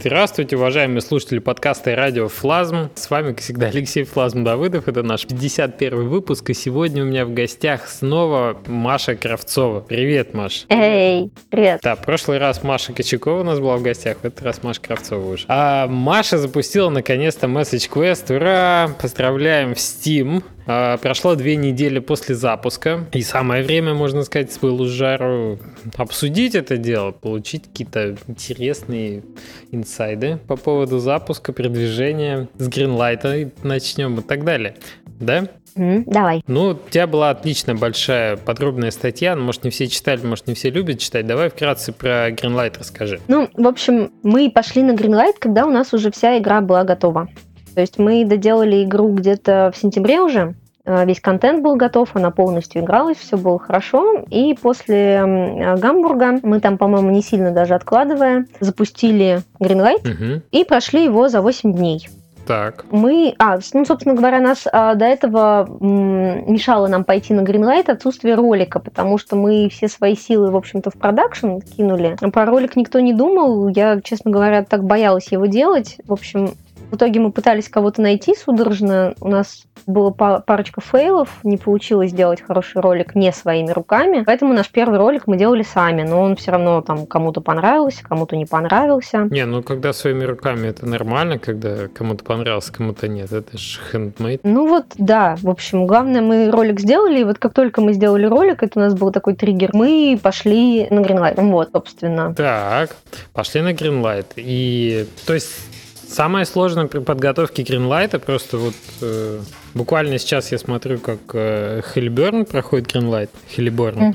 Здравствуйте, уважаемые слушатели подкаста и радио «Флазм». С вами, как всегда, Алексей Флазм Давыдов. Это наш 51 выпуск, и сегодня у меня в гостях снова Маша Кравцова. Привет, Маш. Эй, привет. Да, в прошлый раз Маша Кочакова у нас была в гостях, в этот раз Маша Кравцова уже. А Маша запустила наконец-то Message Quest. Ура! Поздравляем в Steam. Прошло 2 недели после запуска, и самое время, можно сказать, с пылу с жару обсудить это дело, получить какие-то интересные инсайды по поводу запуска, продвижения, с Greenlight начнем и так далее. Да? Давай. Ну, у тебя была отличная, большая, подробная статья. Может, не все читали, может, не все любят читать. Давай вкратце про Greenlight расскажи. Ну, в общем, мы пошли на Greenlight, когда у нас уже вся игра была готова. То есть мы доделали игру где-то в сентябре уже. Весь контент был готов, она полностью игралась, все было хорошо. И после Гамбурга, мы там, по-моему, не сильно даже откладывая, запустили Greenlight и прошли его за 8 дней. Так. Собственно говоря, нас до этого мешало нам пойти на Greenlight отсутствие ролика, потому что мы все свои силы, в общем-то, в продакшн кинули. Про ролик никто не думал, я, честно говоря, так боялась его делать. В общем, в итоге мы пытались кого-то найти судорожно, у нас было парочка фейлов, не получилось сделать хороший ролик не своими руками, поэтому наш первый ролик мы делали сами, но он все равно там кому-то понравился, кому-то не понравился. Не, ну когда своими руками это нормально, когда кому-то понравился, кому-то нет, это же handmade. Ну вот, да, в общем, главное, мы ролик сделали, и вот как только мы сделали ролик, это у нас был такой триггер, мы пошли на Greenlight, вот, собственно. Так, пошли на Greenlight, и, то есть, самое сложное при подготовке Greenlight просто вот буквально сейчас я смотрю, как Hellborn проходит Greenlight, Hellborn,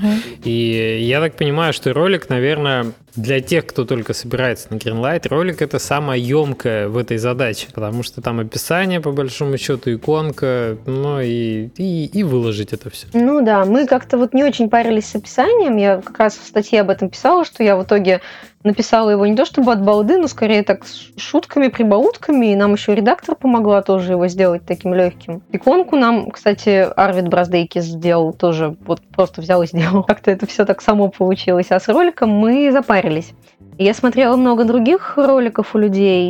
и я так понимаю, что ролик, наверное, для тех, кто только собирается на Greenlight, ролик это самое емкое в этой задаче, потому что там описание, по большому счету, иконка, ну и выложить это все. Ну да, мы как-то вот не очень парились с описанием, я как раз в статье об этом писала, что я в итоге написала его не то чтобы от балды, но скорее так с шутками, прибаутками, и нам еще редактор помогла тоже его сделать таким легким. Иконку нам, кстати, Арвид Браздейкис сделал тоже, вот просто взял и сделал. Как-то это все так само получилось. А с роликом мы запарились. Я смотрела много других роликов у людей, и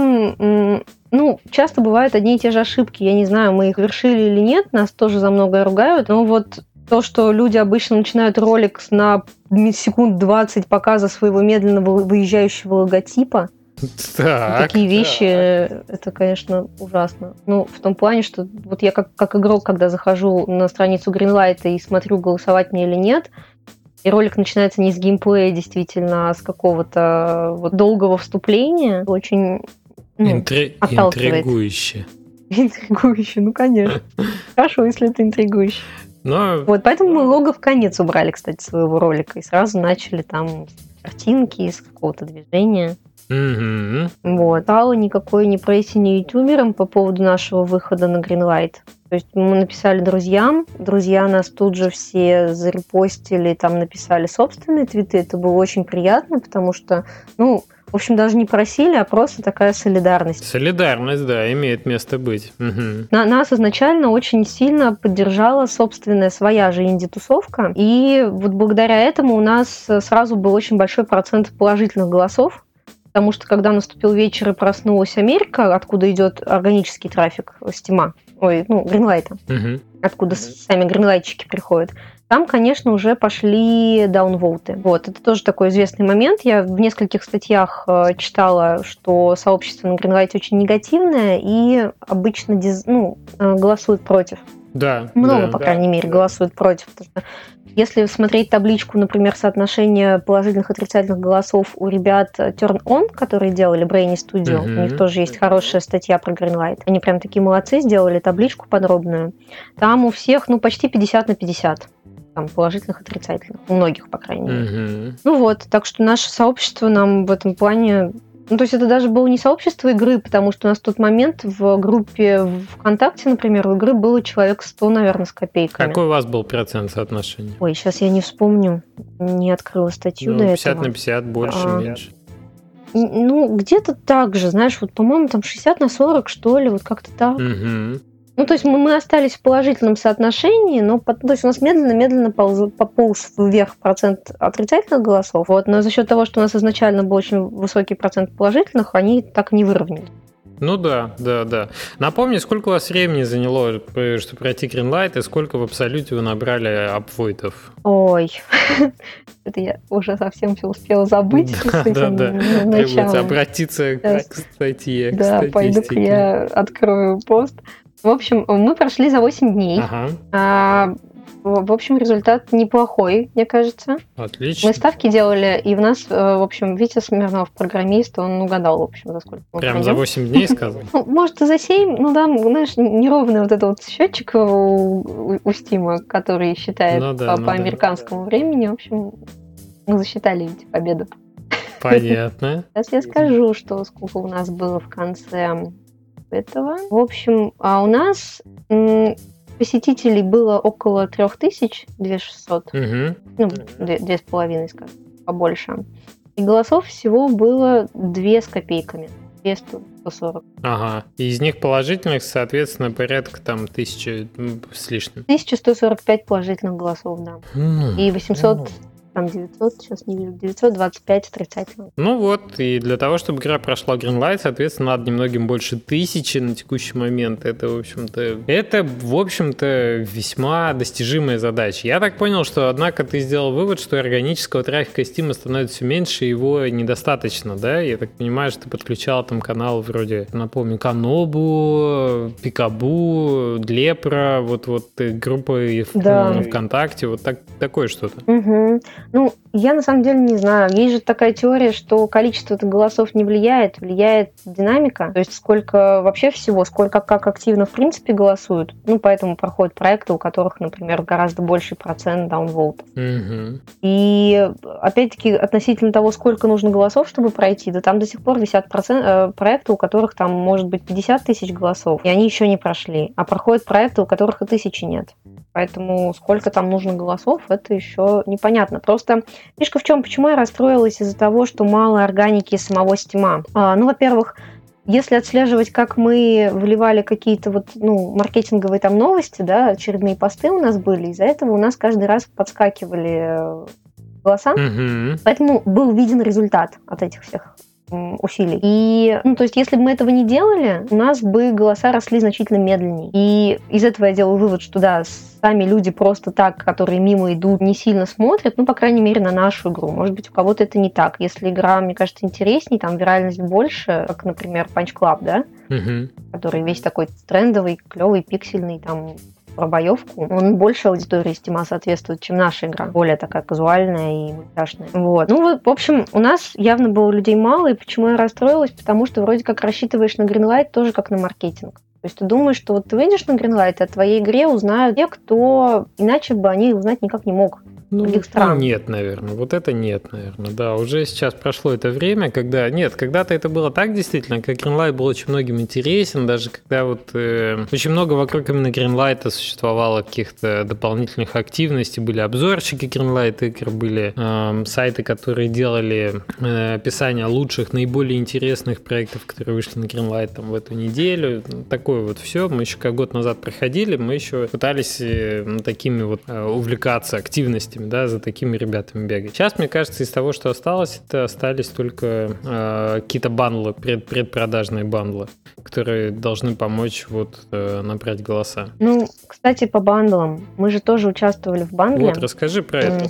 там, часто бывают одни и те же ошибки. Я не знаю, мы их совершили или нет, нас тоже за многое ругают, но вот то, что люди обычно начинают ролик на секунд 20 показа своего медленно выезжающего логотипа, такие вещи, это, конечно, ужасно. Ну, в том плане, что вот я как игрок, когда захожу на страницу Greenlight и смотрю, голосовать мне или нет, и ролик начинается не с геймплея, действительно, а с какого-то вот долгого вступления, очень отталкивает. Интригующе. Интригующе, ну, конечно. Хорошо, если это интригующе. Но... Вот, поэтому мы лого в конец убрали, кстати, своего ролика, и сразу начали там картинки из какого-то движения. Вот. Стало никакой не прессинг ютубером по поводу нашего выхода на Greenlight. То есть мы написали друзьям, друзья нас тут же все зарепостили, там написали собственные твиты. Это было очень приятно, потому что, в общем, даже не просили, а просто такая солидарность. Солидарность, да, имеет место быть. Нас изначально очень сильно поддержала собственная своя же инди-тусовка. И вот благодаря этому у нас сразу был очень большой процент положительных голосов. Потому что когда наступил вечер и проснулась Америка, откуда идет органический трафик Стима, Greenlight'а, откуда сами гринлайтчики приходят, там, конечно, уже пошли даунвоуты. Вот, это тоже такой известный момент. Я в нескольких статьях читала, что сообщество на Greenlight очень негативное и обычно голосует против. Да. Много, по крайней мере, голосуют против. Потому что если смотреть табличку, например, соотношения положительных и отрицательных голосов у ребят Turn On, которые делали Brainy Studio, у них тоже есть хорошая статья про Greenlight. Они прям такие молодцы, сделали табличку подробную. Там у всех, почти 50/50. Там положительных и отрицательных. У многих, по крайней мере. Так что наше сообщество нам в этом плане... то есть это даже было не сообщество игры, потому что у нас в тот момент в группе ВКонтакте, например, у игры было человек 100, наверное, с копейками. Какой у вас был процент соотношения? Ой, сейчас я не вспомню. Не открыла статью до 50 этого. 50, больше, меньше. Где-то так же, знаешь, вот, по-моему, там 60/40, что ли, вот как-то так. Ну, то есть мы остались в положительном соотношении, но то есть у нас медленно-медленно пополз вверх процент отрицательных голосов, вот, но за счет того, что у нас изначально был очень высокий процент положительных, они так не выровнялись. Ну да. Напомни, сколько у вас времени заняло, чтобы пройти Greenlight, и сколько в абсолюте вы набрали апвойтов? Ой, это я уже совсем все успела забыть. Да. Требуется обратиться к статье. Да, пойду-ка я открою пост. В общем, мы прошли за 8 дней. В общем, результат неплохой, мне кажется. Отлично. Мы ставки делали, и в нас, в общем, Витя Смирнов, программист, он угадал, в общем, за сколько. Прям за 8 дней сказал? Ну, может, и за 7, ну да, знаешь, неровный вот этот вот счетчик у Стима, который считает по американскому времени. В общем, мы засчитали Вите победу. Понятно. Сейчас я скажу, сколько у нас было в конце этого. В общем, у нас посетителей было около 3000, 2600. Ну, 2,5, скажем, побольше. И голосов всего было 2 с копейками. 240. Ага. И из них положительных, соответственно, порядка там 1000 с лишним. 1145 положительных голосов, да. И 800... Там 900, сейчас не вижу, 925 отрицательных. Ну вот, и для того, чтобы игра прошла Greenlight, соответственно, надо немногим больше 1000 на текущий момент. Это, в общем-то, весьма достижимая задача. Я так понял, что, однако, ты сделал вывод, что органического трафика Steam становится все меньше, и его недостаточно, да? Я так понимаю, что ты подключал там канал вроде, напомню, Канобу, Пикабу, Длепра, вот группы ВКонтакте, вот такое что-то. Угу. Ну, я на самом деле не знаю. Есть же такая теория, что количество голосов не влияет динамика. То есть сколько вообще всего, сколько как активно в принципе голосуют. Ну, поэтому проходят проекты, у которых, например, гораздо больший процент даунвоутов. И опять-таки относительно того, сколько нужно голосов, чтобы пройти, да там до сих пор висят проекты, у которых там может быть 50 тысяч голосов, и они еще не прошли. А проходят проекты, у которых и 1000 нет. Поэтому сколько там нужно голосов, это еще непонятно. Просто фишка в чем, почему я расстроилась из-за того, что мало органики самого Стима. Ну, во-первых, если отслеживать, как мы вливали какие-то маркетинговые там новости, да, очередные посты у нас были, из-за этого у нас каждый раз подскакивали голоса. Поэтому был виден результат от этих всех усилий. И, то есть, если бы мы этого не делали, у нас бы голоса росли значительно медленнее. И из этого я делаю вывод, что да, сами люди просто так, которые мимо идут, не сильно смотрят, по крайней мере, на нашу игру. Может быть, у кого-то это не так. Если игра, мне кажется, интересней, там виральность больше, как, например, Punch Club, да? Который весь такой трендовый, клевый, пиксельный, там, про боевку, он больше аудитории Стима соответствует, чем наша игра. Более такая казуальная и мультяшная. Вот. В общем, у нас явно было людей мало, и почему я расстроилась? Потому что вроде как рассчитываешь на Greenlight тоже как на маркетинг. То есть ты думаешь, что ты выйдешь на Greenlight, и о твоей игре узнают те, кто иначе бы они узнать никак не мог. Других стран. Нет, наверное. Вот это нет, наверное. Да, уже сейчас прошло это время, когда... Нет, когда-то это было так действительно, как Greenlight был очень многим интересен, даже когда очень много вокруг именно Greenlight существовало каких-то дополнительных активностей, были обзорщики Greenlight игр, были сайты, которые делали описание лучших, наиболее интересных проектов, которые вышли на Greenlight там в эту неделю. Такое вот все. Мы еще как год назад проходили, мы еще пытались такими увлекаться активностями, да, за такими ребятами бегать. Сейчас, мне кажется, из того, что осталось, это остались только какие-то бандлы, предпродажные бандлы, которые должны помочь набрать голоса. Кстати, по бандлам. Мы же тоже участвовали в бандле. Расскажи про это.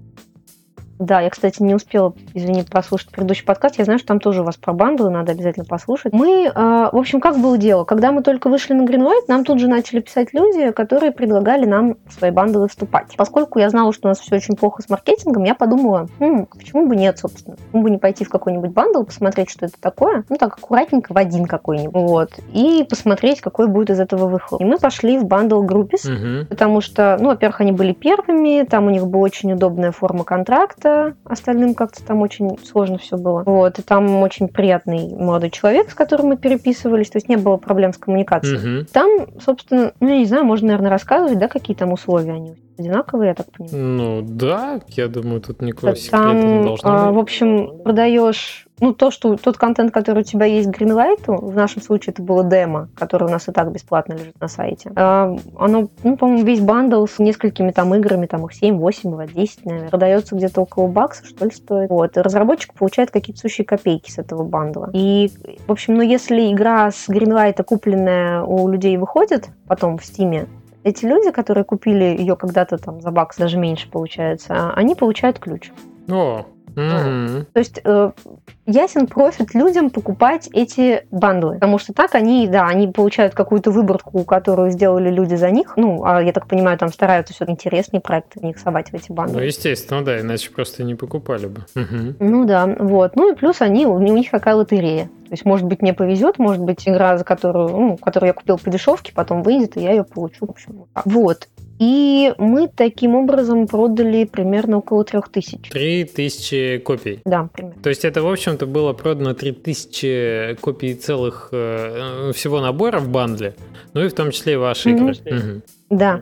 Да, я, кстати, не успела, извини, послушать предыдущий подкаст. Я знаю, что там тоже у вас про бандлы, надо обязательно послушать. Мы, в общем, как было дело? Когда мы только вышли на Greenlight, нам тут же начали писать люди, которые предлагали нам в свои бандлы вступать. Поскольку я знала, что у нас все очень плохо с маркетингом, я подумала, почему бы нет, собственно. Почему бы не пойти в какой-нибудь бандл, посмотреть, что это такое, так аккуратненько в один какой-нибудь, и посмотреть, какой будет из этого выхлоп. И мы пошли в бандл Groupies, потому что, во-первых, они были первыми, там у них была очень удобная форма контракта, остальным как-то там очень сложно все было. И там очень приятный молодой человек, с которым мы переписывались, то есть не было проблем с коммуникацией. Там, собственно, я не знаю, можно, наверное, рассказывать, да, какие там условия они одинаковые, я так понимаю. Ну да, я думаю, тут никакого секрета не должно быть. В общем, продаешь тот контент, который у тебя есть Greenlight, в нашем случае это было демо, которое у нас и так бесплатно лежит на сайте. Оно, по-моему, весь бандл с несколькими там играми, там их 7, 8, бывает 10, наверное, продается где-то около бакса, что ли, стоит. Вот. И разработчик получает какие-то сущие копейки с этого бандла. И, в общем, если игра с Greenlight, купленная у людей, выходит потом в Steam, эти люди, которые купили ее когда-то там за бакс, даже меньше получается, они получают ключ. О, То есть ясен профит людям покупать эти бандлы, потому что так они получают какую-то выборку, которую сделали люди за них. А я так понимаю, там стараются все интереснее проекты в них совать в эти бандлы. Ну, естественно, да, иначе просто не покупали бы. Ну да, вот. Ну и плюс у них такая лотерея. То есть, может быть, мне повезет, может быть, игра, за которую я купил по дешевке, потом выйдет, и я ее получу. В общем, вот так. Вот. И мы таким образом продали примерно около 3000. 3000 копий? Да, примерно. То есть это, в общем-то, было продано 3000 копий целых всего набора в бандле, ну и в том числе и ваши игры. Да.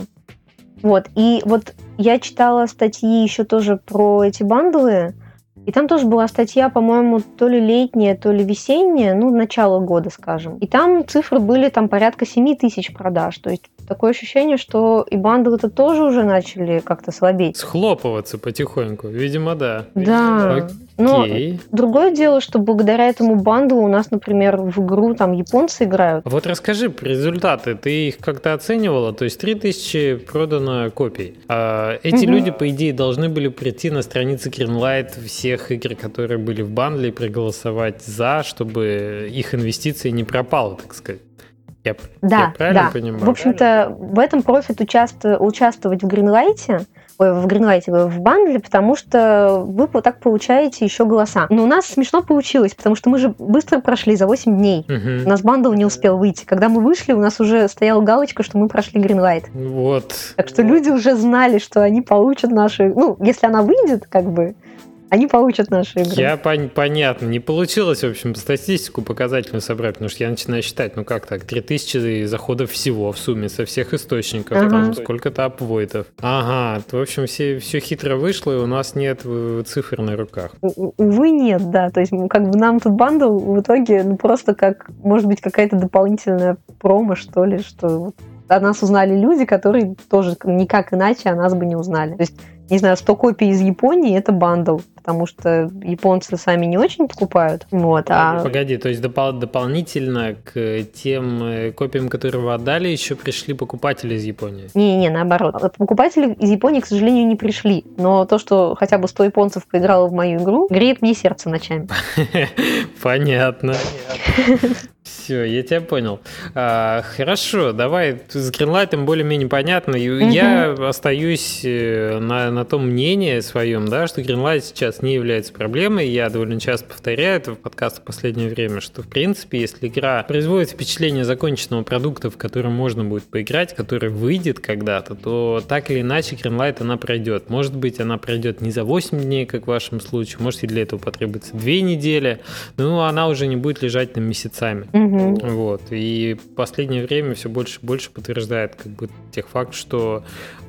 Вот. И вот я читала статьи еще тоже про эти бандлы, и там тоже была статья, по-моему, то ли летняя, то ли весенняя, начало года, скажем. И там цифры были порядка 7000 продаж. То есть такое ощущение, что и бандлы-то тоже уже начали как-то слабеть. Схлопываться потихоньку, видимо, да. Да. Но другое дело, что благодаря этому бандлу у нас, например, в игру там японцы играют. Вот расскажи про результаты. Ты их как-то оценивала? То есть 3000 продано копий. Эти люди, по идее, должны были прийти на страницы Greenlight всех игр, которые были в бандле, и проголосовать за, чтобы их инвестиции не пропало, так сказать. Я правильно понимаю? В общем-то, в этом профит участвовать в Greenlight, в бандле, потому что вы так получаете еще голоса. Но у нас смешно получилось, потому что мы же быстро прошли за 8 дней. У нас бандл не успел выйти. Когда мы вышли, у нас уже стояла галочка, что мы прошли Greenlight. Вот. Так что люди уже знали, что они получат наши... если она выйдет, они получат наши игры. Понятно. Не получилось, в общем, статистику показательную собрать, потому что я начинаю считать, как так, 3000 заходов всего в сумме со всех источников, там сколько-то апвойтов. В общем, все хитро вышло, и у нас нет цифр на руках. Увы, нет, да. То есть, нам тут бандл в итоге просто может быть, какая-то дополнительная промо, что ли, что о нас узнали люди, которые тоже никак иначе о нас бы не узнали. То есть, не знаю, 100 копий из Японии – это бандл, потому что японцы сами не очень покупают. Погоди, то есть дополнительно к тем копиям, которые вы отдали, еще пришли покупатели из Японии? Не, наоборот. Покупатели из Японии, к сожалению, не пришли. Но то, что хотя бы 100 японцев поиграло в мою игру, греет мне сердце ночами. Понятно. Все, я тебя понял. Хорошо, давай с Greenlight более-менее понятно. Я остаюсь на том мнении своем, да, что Greenlight сейчас не является проблемой. Я довольно часто повторяю это в подкастах в последнее время, что, в принципе, если игра производит впечатление законченного продукта, в который можно будет поиграть, который выйдет когда-то, то так или иначе Greenlight она пройдет. Может быть, она пройдет не за 8 дней, как в вашем случае, может, и для этого потребуется 2 недели, но она уже не будет лежать там месяцами. Вот. И в последнее время все больше и больше подтверждает тех факт, что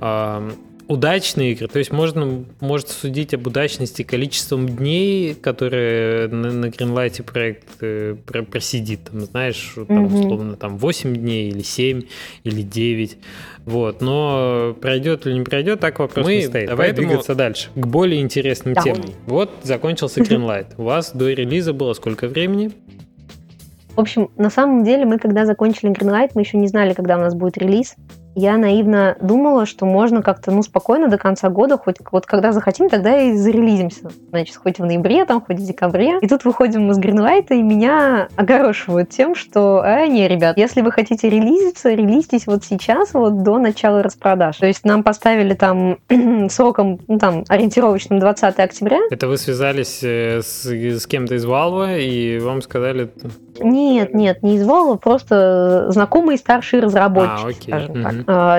удачные игры, то есть может судить об удачности количеством дней, которые на Greenlight проект просидит, знаешь, условно 8 дней или 7 или 9. Вот. Но пройдет или не пройдет, так вопрос не стоит. Давай двигаться дальше к более интересным темам. Вот закончился Greenlight. У вас до релиза было сколько времени? В общем, на самом деле, мы когда закончили Greenlight, мы еще не знали, когда у нас будет релиз. Я наивно думала, что можно как-то, спокойно до конца года, хоть когда захотим, тогда и зарелизимся. Значит, хоть в ноябре, хоть в декабре. И тут выходим мы с Greenlight, и меня огорошивают тем, что, не, ребят, если вы хотите релизиться, релизьтесь вот сейчас, до начала распродаж. То есть нам поставили там сроком, ориентировочным 20 октября. Это вы связались с кем-то из Valve, и вам сказали... Нет, не из Valve, просто знакомые старшие разработчики, скажем так.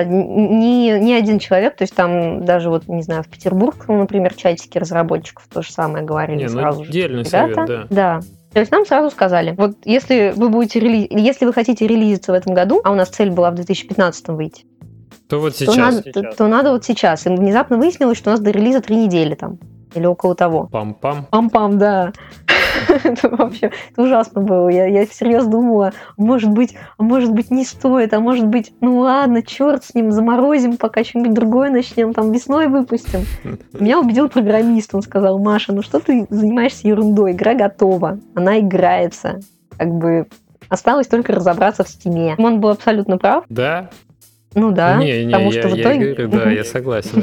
Не один человек, то есть там даже не знаю, в Петербург, например, чатики разработчиков то же самое говорили сразу же. Отдельный совет, да. То есть нам сразу сказали, если вы хотите релизиться в этом году, а у нас цель была в 2015 выйти, То вот сейчас. То надо вот сейчас. И внезапно выяснилось, что у нас до релиза 3 недели там. Или около того. Пам-пам. Пам-пам, да. Это вообще ужасно было. Я всерьез думала, может быть, не стоит, а может быть, ну ладно, черт с ним, заморозим, пока что-нибудь другое начнем, там весной выпустим. Меня убедил программист, он сказал: Маша, ну что ты занимаешься ерундой, игра готова, она играется. Как бы осталось только разобраться в стиме. Он был абсолютно прав. Да? Ну да, потому что в итоге... говорю, да, я согласен.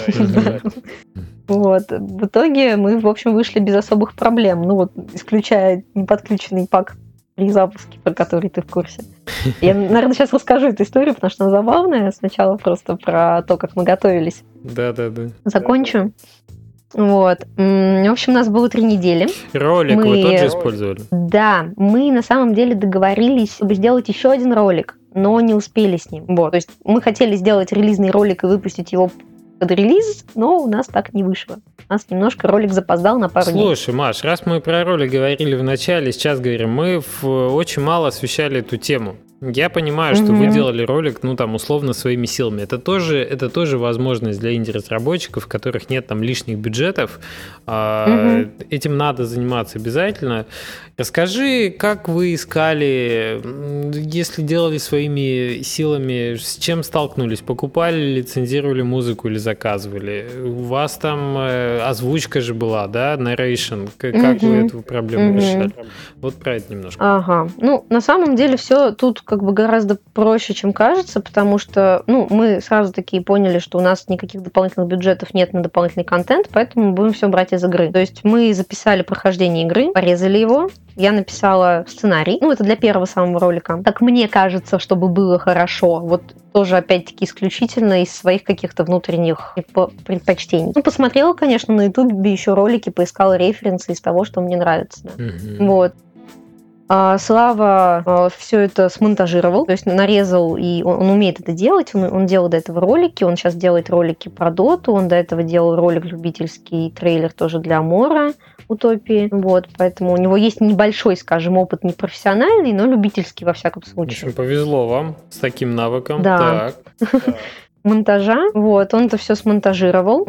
Вот. В итоге мы, в общем, вышли без особых проблем. Ну вот, исключая неподключенный пак при запуске, про который ты в курсе. Я, наверное, сейчас расскажу эту историю, потому что она забавная. Сначала просто про то, как мы готовились. Да. Закончу. Вот. В общем, у нас было 3 недели. Ролик вы тот же использовали? Да, мы на самом деле договорились, чтобы сделать еще один ролик, но не успели с ним. Вот. То есть мы хотели сделать релизный ролик и выпустить его под релиз, но у нас так не вышло. У нас немножко ролик запоздал на пару дней. Слушай, Маш, раз мы про ролик говорили в начале, сейчас говорим, мы очень мало освещали эту тему. Я понимаю, что вы делали ролик, ну, там, условно, своими силами. Это тоже возможность для инди-разработчиков, у которых нет там лишних бюджетов. Этим надо заниматься обязательно. Расскажи, как вы искали, если делали своими силами, с чем столкнулись? Покупали, лицензировали музыку или заказывали? У вас там озвучка же была, да, narration. Как вы эту проблему решали? Вот про это немножко. Ага. Ну, на самом деле все тут как бы гораздо проще, чем кажется, потому что, ну, мы сразу такие поняли, что у нас никаких дополнительных бюджетов нет на дополнительный контент, поэтому мы будем все брать из игры. То есть мы записали прохождение игры, порезали его, я написала сценарий, ну, это для первого самого ролика. Как мне кажется, чтобы было хорошо, вот тоже, опять-таки, исключительно из своих каких-то внутренних предпочтений. Ну, посмотрела, конечно, на Ютубе еще ролики, поискала референсы из того, что мне нравится. Да. Вот. Слава все это смонтажировал, то есть нарезал, и он умеет это делать, он делал до этого ролики, он сейчас делает ролики про Доту, он до этого делал ролик любительский, трейлер тоже для Амора, Утопии, вот, поэтому у него есть небольшой, скажем, опыт не профессиональный, но любительский во всяком случае. В общем, повезло вам с таким навыком. Да. Так. Монтажа, вот, он это все смонтажировал,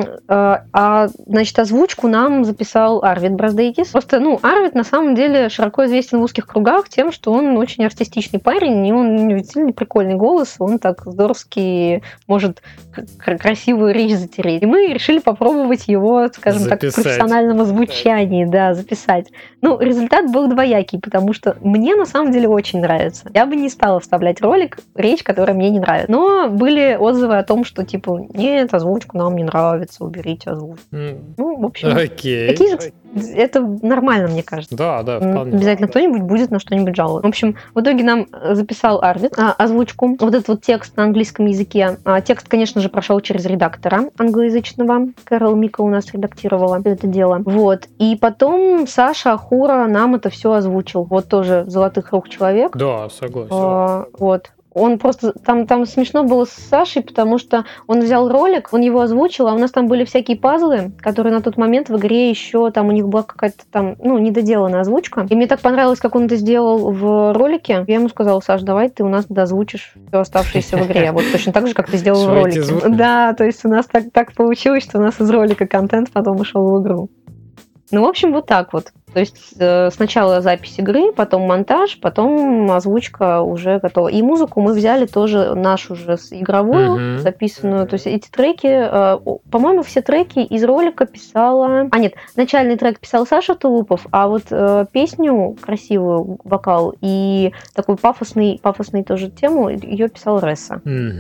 значит, озвучку нам записал Арвид Браздейтис. Просто, ну, Арвид на самом деле широко известен в узких кругах тем, что он очень артистичный парень, и он действительно прикольный голос, он так здоровски может красивую речь затереть. И мы решили попробовать его, скажем так, в профессиональном озвучании, да, записать. Ну, результат был двоякий, потому что мне на самом деле очень нравится. Я бы не стала вставлять ролик, речь, которая мне не нравится. Но были отзывы о том, что типа, нет, озвучку нам не нравится, уберите озвучку. Ну, в общем, такие же, это нормально, мне кажется. Да, вполне. Обязательно кто-нибудь будет на что-нибудь жаловаться. В общем, в итоге нам записал Арвид озвучку, вот этот вот текст на английском языке. Текст, конечно же, прошел через редактора англоязычного. Кэрол Мика у нас редактировала это дело. Вот. И потом Саша Ахура нам это все озвучил. Вот тоже золотых рук человек. Да, согласен. Вот. Он просто... Там смешно было с Сашей, потому что он взял ролик, он его озвучил, а у нас там были всякие пазлы, которые на тот момент в игре еще... Там у них была какая-то там, ну, недоделанная озвучка. И мне так понравилось, как он это сделал в ролике. Я ему сказала: Саш, давай ты у нас дозвучишь все оставшееся в игре. Вот точно так же, как ты сделал в ролике. Да, то есть у нас так получилось, что у нас из ролика контент потом ушел в игру. Ну, в общем, вот так вот. То есть сначала запись игры, потом монтаж, потом озвучка уже готова. И музыку мы взяли тоже нашу же игровую, записанную. То есть эти треки, по-моему, все треки из ролика писала... нет, начальный трек писал Саша Тулупов, а вот песню красивую, вокал и такую пафосный тоже тему, ее писала Ресса.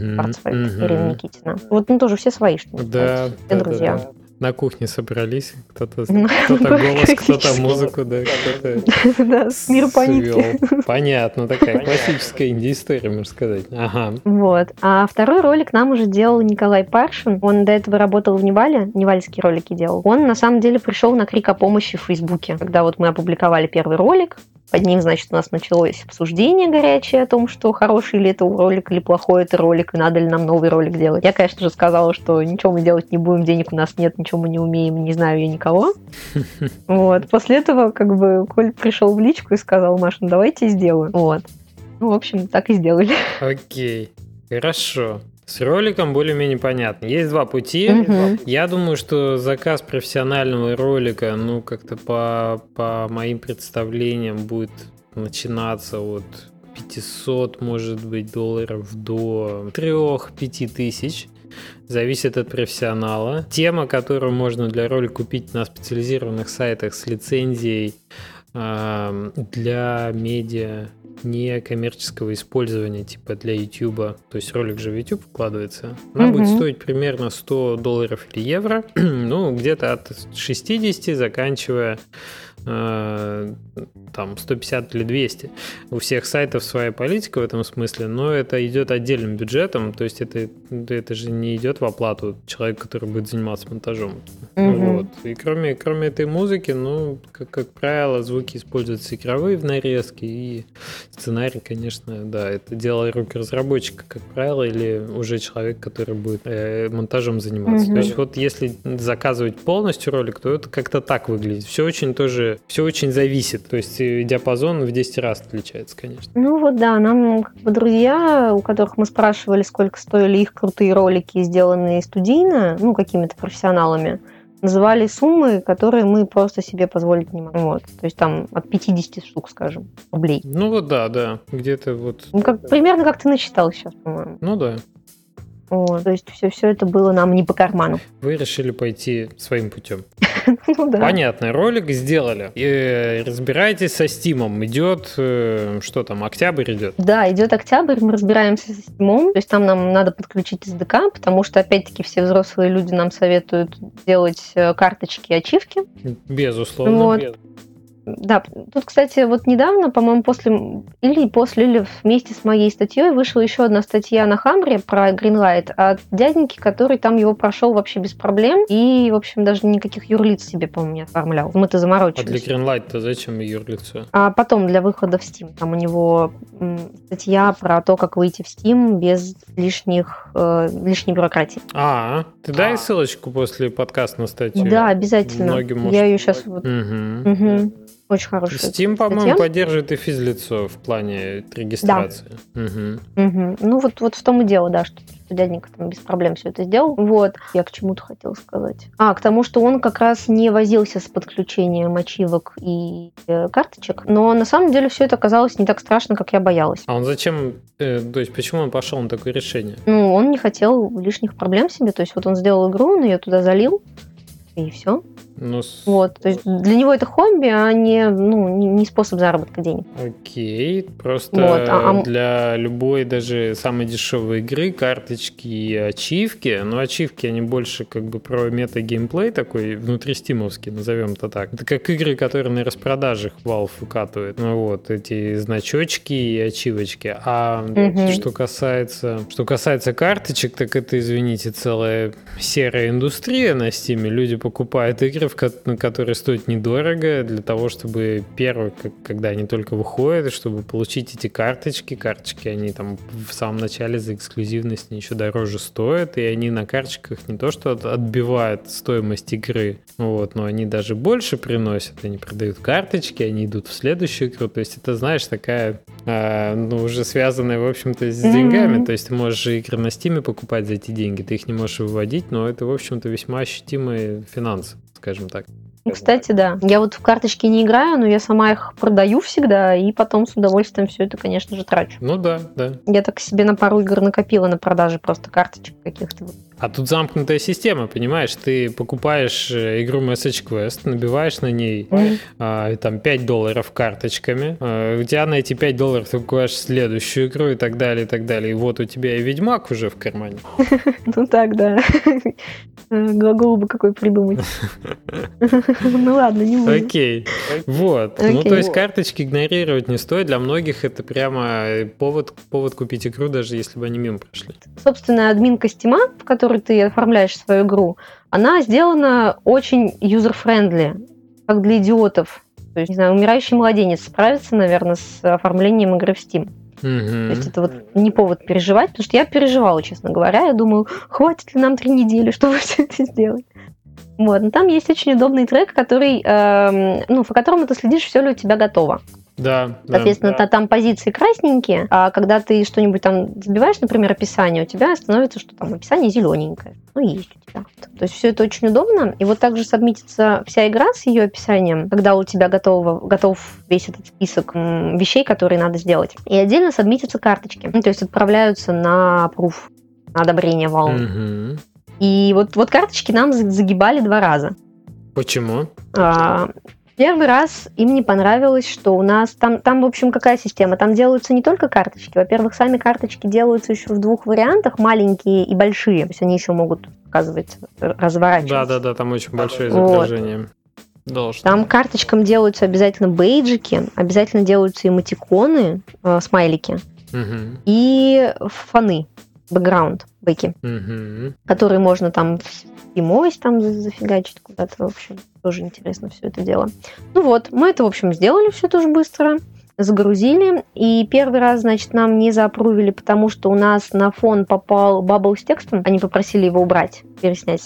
Ирина Никитина. Вот мы тоже все свои, что называется. Все друзья. Да. На кухне собрались, кто-то голос, кто-то музыку, да, кто-то да, мир по нитке. Понятно, такая классическая инди-история, можно сказать. Ага. Вот. А второй ролик нам уже делал Николай Паршин. Он до этого работал в Невале, невальские ролики делал. Он, на самом деле, пришел на крик о помощи в Фейсбуке. Когда вот мы опубликовали первый ролик, под ним, значит, у нас началось обсуждение горячее о том, что хороший ли это ролик или плохой это ролик, и надо ли нам новый ролик делать. Я, конечно же, сказала, что ничего мы делать не будем, денег у нас нет, ничего мы не умеем, не знаю я никого. Вот. После этого, как бы, Коль пришел в личку и сказал: Маша, ну давайте сделаем. Вот. Ну, в общем, так и сделали. Окей. Хорошо. С роликом более-менее понятно. Есть два пути. Я думаю, что заказ профессионального ролика, как-то по моим представлениям, будет начинаться от 500, может быть, долларов до 3-5 тысяч. Зависит от профессионала. Тема, которую можно для ролика купить на специализированных сайтах с лицензией для медиа некоммерческого использования, типа для YouTube, то есть ролик же в YouTube вкладывается, она будет стоить примерно $100 или евро, где-то от 60, заканчивая там 150 или 200. У всех сайтов своя политика в этом смысле, но это идет отдельным бюджетом, то есть это же не идет в оплату человека, который будет заниматься монтажом. Вот. И кроме этой музыки, как правило, звуки используются игровые в нарезке, и сценарий, конечно, да, это дело рук разработчика, как правило, или уже человек, который будет монтажом заниматься. То есть вот если заказывать полностью ролик, то это как-то так выглядит. Все очень зависит. То есть диапазон в 10 раз отличается, конечно. Да, нам друзья, у которых мы спрашивали, сколько стоили их крутые ролики, сделанные студийно, какими-то профессионалами, называли суммы, которые мы просто себе позволить не можем. То есть там от 50 штук, скажем, рублей. Да. Где-то вот... примерно как ты насчитал сейчас, по-моему. Да. То есть все это было нам не по карману. Вы решили пойти своим путем. Да. Понятно, ролик сделали. И разбираетесь со Steam'ом. Идет, что там, октябрь идет? Да, идет октябрь, мы разбираемся со Steam'ом. То есть там нам надо подключить SDK, потому что, опять-таки, все взрослые люди нам советуют делать карточки, ачивки. Безусловно. Да, тут, кстати, вот недавно, по-моему, после вместе с моей статьей вышла еще одна статья на Хамбре про Greenlight от дяденьки, который там его прошел вообще без проблем и, в общем, даже никаких юрлиц себе, по-моему, не оформлял. Мы-то заморочились. А для Greenlight-то зачем юрлицо? А потом для выхода в Steam. Там у него статья про то, как выйти в Steam без лишней бюрократии. Ты дай ссылочку после подкаста на статью. Да, обязательно. Я ее сейчас Очень хорошая Steam, по-моему, поддерживает и физлицо в плане регистрации. Да. Вот в том и дело, да, что дяденька там без проблем все это сделал. Вот. Я к чему-то хотела сказать. К тому, что он как раз не возился с подключением ачивок и карточек, но на самом деле все это оказалось не так страшно, как я боялась. А он зачем, то есть почему он пошел на такое решение? Он не хотел лишних проблем себе, то есть вот он сделал игру, он ее туда залил, и все. То есть для него это хобби, а не способ заработка денег. Окей, просто для любой, даже самой дешевой игры, карточки и ачивки, ачивки, они больше как бы про мета-геймплей такой, внутристимовский, назовем это так. Это как игры, которые на распродажах Valve выкатывает. Эти значочки и ачивочки. Что касается карточек, так это, извините, целая серая индустрия на Steam. Люди покупают игры, которые стоят недорого, для того, чтобы когда они только выходят, чтобы получить эти карточки. Карточки, они там в самом начале за эксклюзивность еще дороже стоят, и они на карточках не то что отбивают стоимость игры, но они даже больше приносят. Они продают карточки, они идут в следующую игру. То есть это, знаешь, такая уже связанная, в общем-то, с деньгами. То есть ты можешь игры на Steam покупать за эти деньги, ты их не можешь выводить, но это, в общем-то, весьма ощутимые финансы, скажем так. Кстати, да. Я вот в карточки не играю, но я сама их продаю всегда, и потом с удовольствием все это, конечно же, трачу. Да. Я так себе на пару игр накопила на продаже просто карточек каких-то. А тут замкнутая система, понимаешь? Ты покупаешь игру Message Quest, набиваешь на ней там $5 карточками, у тебя на эти $5 ты покупаешь следующую игру и так далее, и так далее. И вот у тебя и Ведьмак уже в кармане. Так, да. Глагол бы какой придумать. Ладно, не буду. Окей. Вот. То есть карточки игнорировать не стоит. Для многих это прямо повод купить игру, даже если бы они мимо прошли. Собственно, админка Steam, в которой ты оформляешь свою игру, она сделана очень user-friendly, как для идиотов. То есть, не знаю, умирающий младенец справится, наверное, с оформлением игры в Steam. То есть это вот не повод переживать, потому что я переживала, честно говоря. Я думаю, хватит ли нам 3 недели, чтобы все это сделать. Но там есть очень удобный трек, который, по которому ты следишь, все ли у тебя готово. Да. Соответственно, там позиции красненькие, а когда ты что-нибудь там забиваешь, например, описание, у тебя становится, что там описание зелененькое. Ну, есть у тебя. То есть все это очень удобно. И вот также сабмитится вся игра с ее описанием, когда у тебя готов весь этот список вещей, которые надо сделать. И отдельно сабмитятся карточки. Ну, то есть отправляются на approve, на одобрение волн. И вот карточки нам загибали 2 раза. Почему? Первый раз им не понравилось, что у нас там, в общем, какая система? Там делаются не только карточки. Во-первых, сами карточки делаются еще в 2 вариантах, маленькие и большие. То есть они еще могут, оказывается, разворачиваться. Да, там очень большое изображение. Вот. Там карточкам делаются обязательно бейджики, обязательно делаются эмотиконы, смайлики и фоны, бэкграунд, бэки, которые можно там эмось там зафигачить куда-то, в общем, тоже интересно все это дело. Ну вот, мы это, в общем, сделали все тоже быстро, загрузили, и первый раз, значит, нам не заапрувили, потому что у нас на фон попал бабл с текстом, они попросили его убрать, переснять,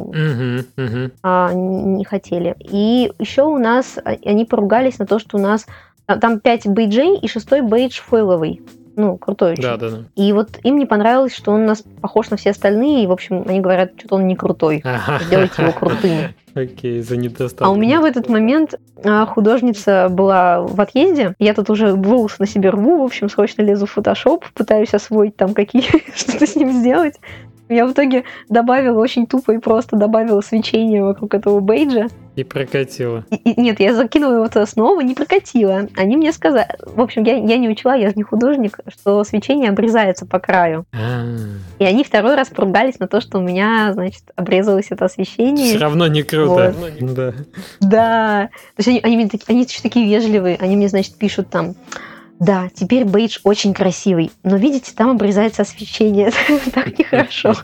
не хотели. И еще у нас, они поругались на то, что у нас там 5 бейджей и 6-й бейдж фойловый. Ну, крутой очень. Да. И вот им не понравилось, что он у нас похож на все остальные, и, в общем, они говорят, что-то он не крутой. Сделайте его крутым. Окей, за недостаток. А у меня в этот момент художница была в отъезде, я тут уже волосы на себе рву, в общем, срочно лезу в Photoshop, пытаюсь освоить там что-то с ним сделать. Я в итоге добавила, очень тупо и просто добавила свечение вокруг этого бейджа. И прокатила. Нет, я закинула его туда снова, не прокатила. Они мне сказали... В общем, я не учла, я же не художник, что свечение обрезается по краю. И они второй раз поругались на то, что у меня, значит, обрезалось это освещение. Все равно не круто. Вот. Да. То есть они еще такие вежливые. Они мне, значит, пишут там... Да, теперь бейдж очень красивый, но видите, там обрезается освещение. Так нехорошо.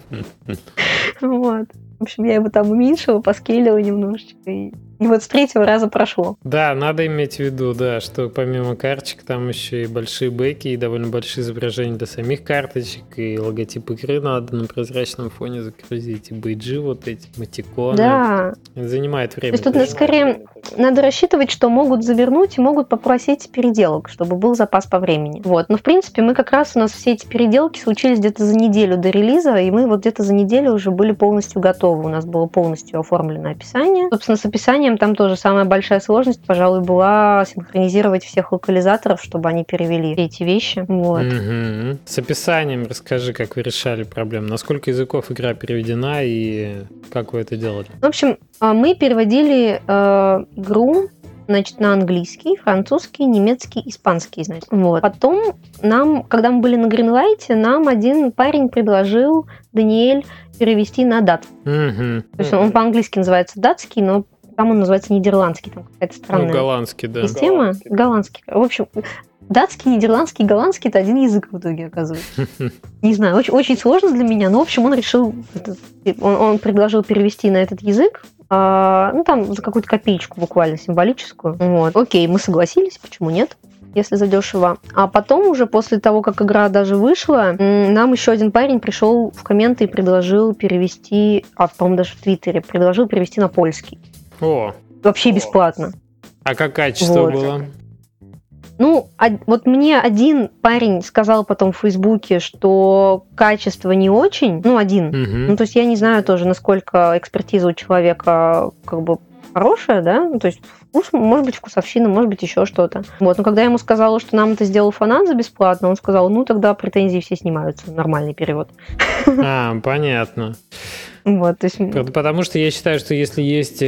Вот. В общем, я его там уменьшила, поскейлила немножечко. И вот с 3-го раза прошло. Да, надо иметь в виду, да, что помимо карточек там еще и большие бэки, и довольно большие изображения для самих карточек, и логотип игры надо на прозрачном фоне загрузить, и бейджи вот эти, эмотиконы. Да. Это занимает время. То есть тут скорее надо рассчитывать, что могут завернуть и могут попросить переделок, чтобы был запас по времени. Вот. Но, в принципе, мы как раз, у нас все эти переделки случились где-то за неделю до релиза, и мы вот где-то за неделю уже были полностью готовы. У нас было полностью оформлено описание. Собственно, с описанием там тоже самая большая сложность, пожалуй, была синхронизировать всех локализаторов, чтобы они перевели все эти вещи. Вот. С описанием расскажи, как вы решали проблему. На сколько языков игра переведена и как вы это делали? В общем, мы переводили игру, значит, на английский, французский, немецкий, испанский, значит. Вот. Потом нам, когда мы были на Greenlight, нам один парень предложил, Даниэль, перевести на датский. То есть он по-английски называется датский, но там он называется нидерландский, там какая-то странная голландский, да. Система. Голландский. В общем, датский, нидерландский, голландский – это один язык в итоге, оказывается. Не знаю, очень сложно для меня, но, в общем, он решил, он предложил перевести на этот язык, ну, там, за какую-то копеечку буквально символическую. Вот. Окей, мы согласились, почему нет, если задешево. А потом уже после того, как игра даже вышла, нам еще один парень пришел в комменты и предложил перевести, по-моему, даже в Твиттере, предложил перевести на польский. О! Вообще бесплатно. А как качество было? Ну, вот мне один парень сказал потом в Фейсбуке, что качество не очень, ну, один. Ну, то есть я не знаю тоже, насколько экспертиза у человека как бы хорошая, да, ну, то есть вкус, может быть, вкусовщина, может быть, еще что-то. Вот, но когда я ему сказала, что нам это сделал фанат за бесплатно, он сказал, ну, тогда претензии все снимаются, нормальный перевод. Понятно. Вот, то есть... Потому что я считаю, что если есть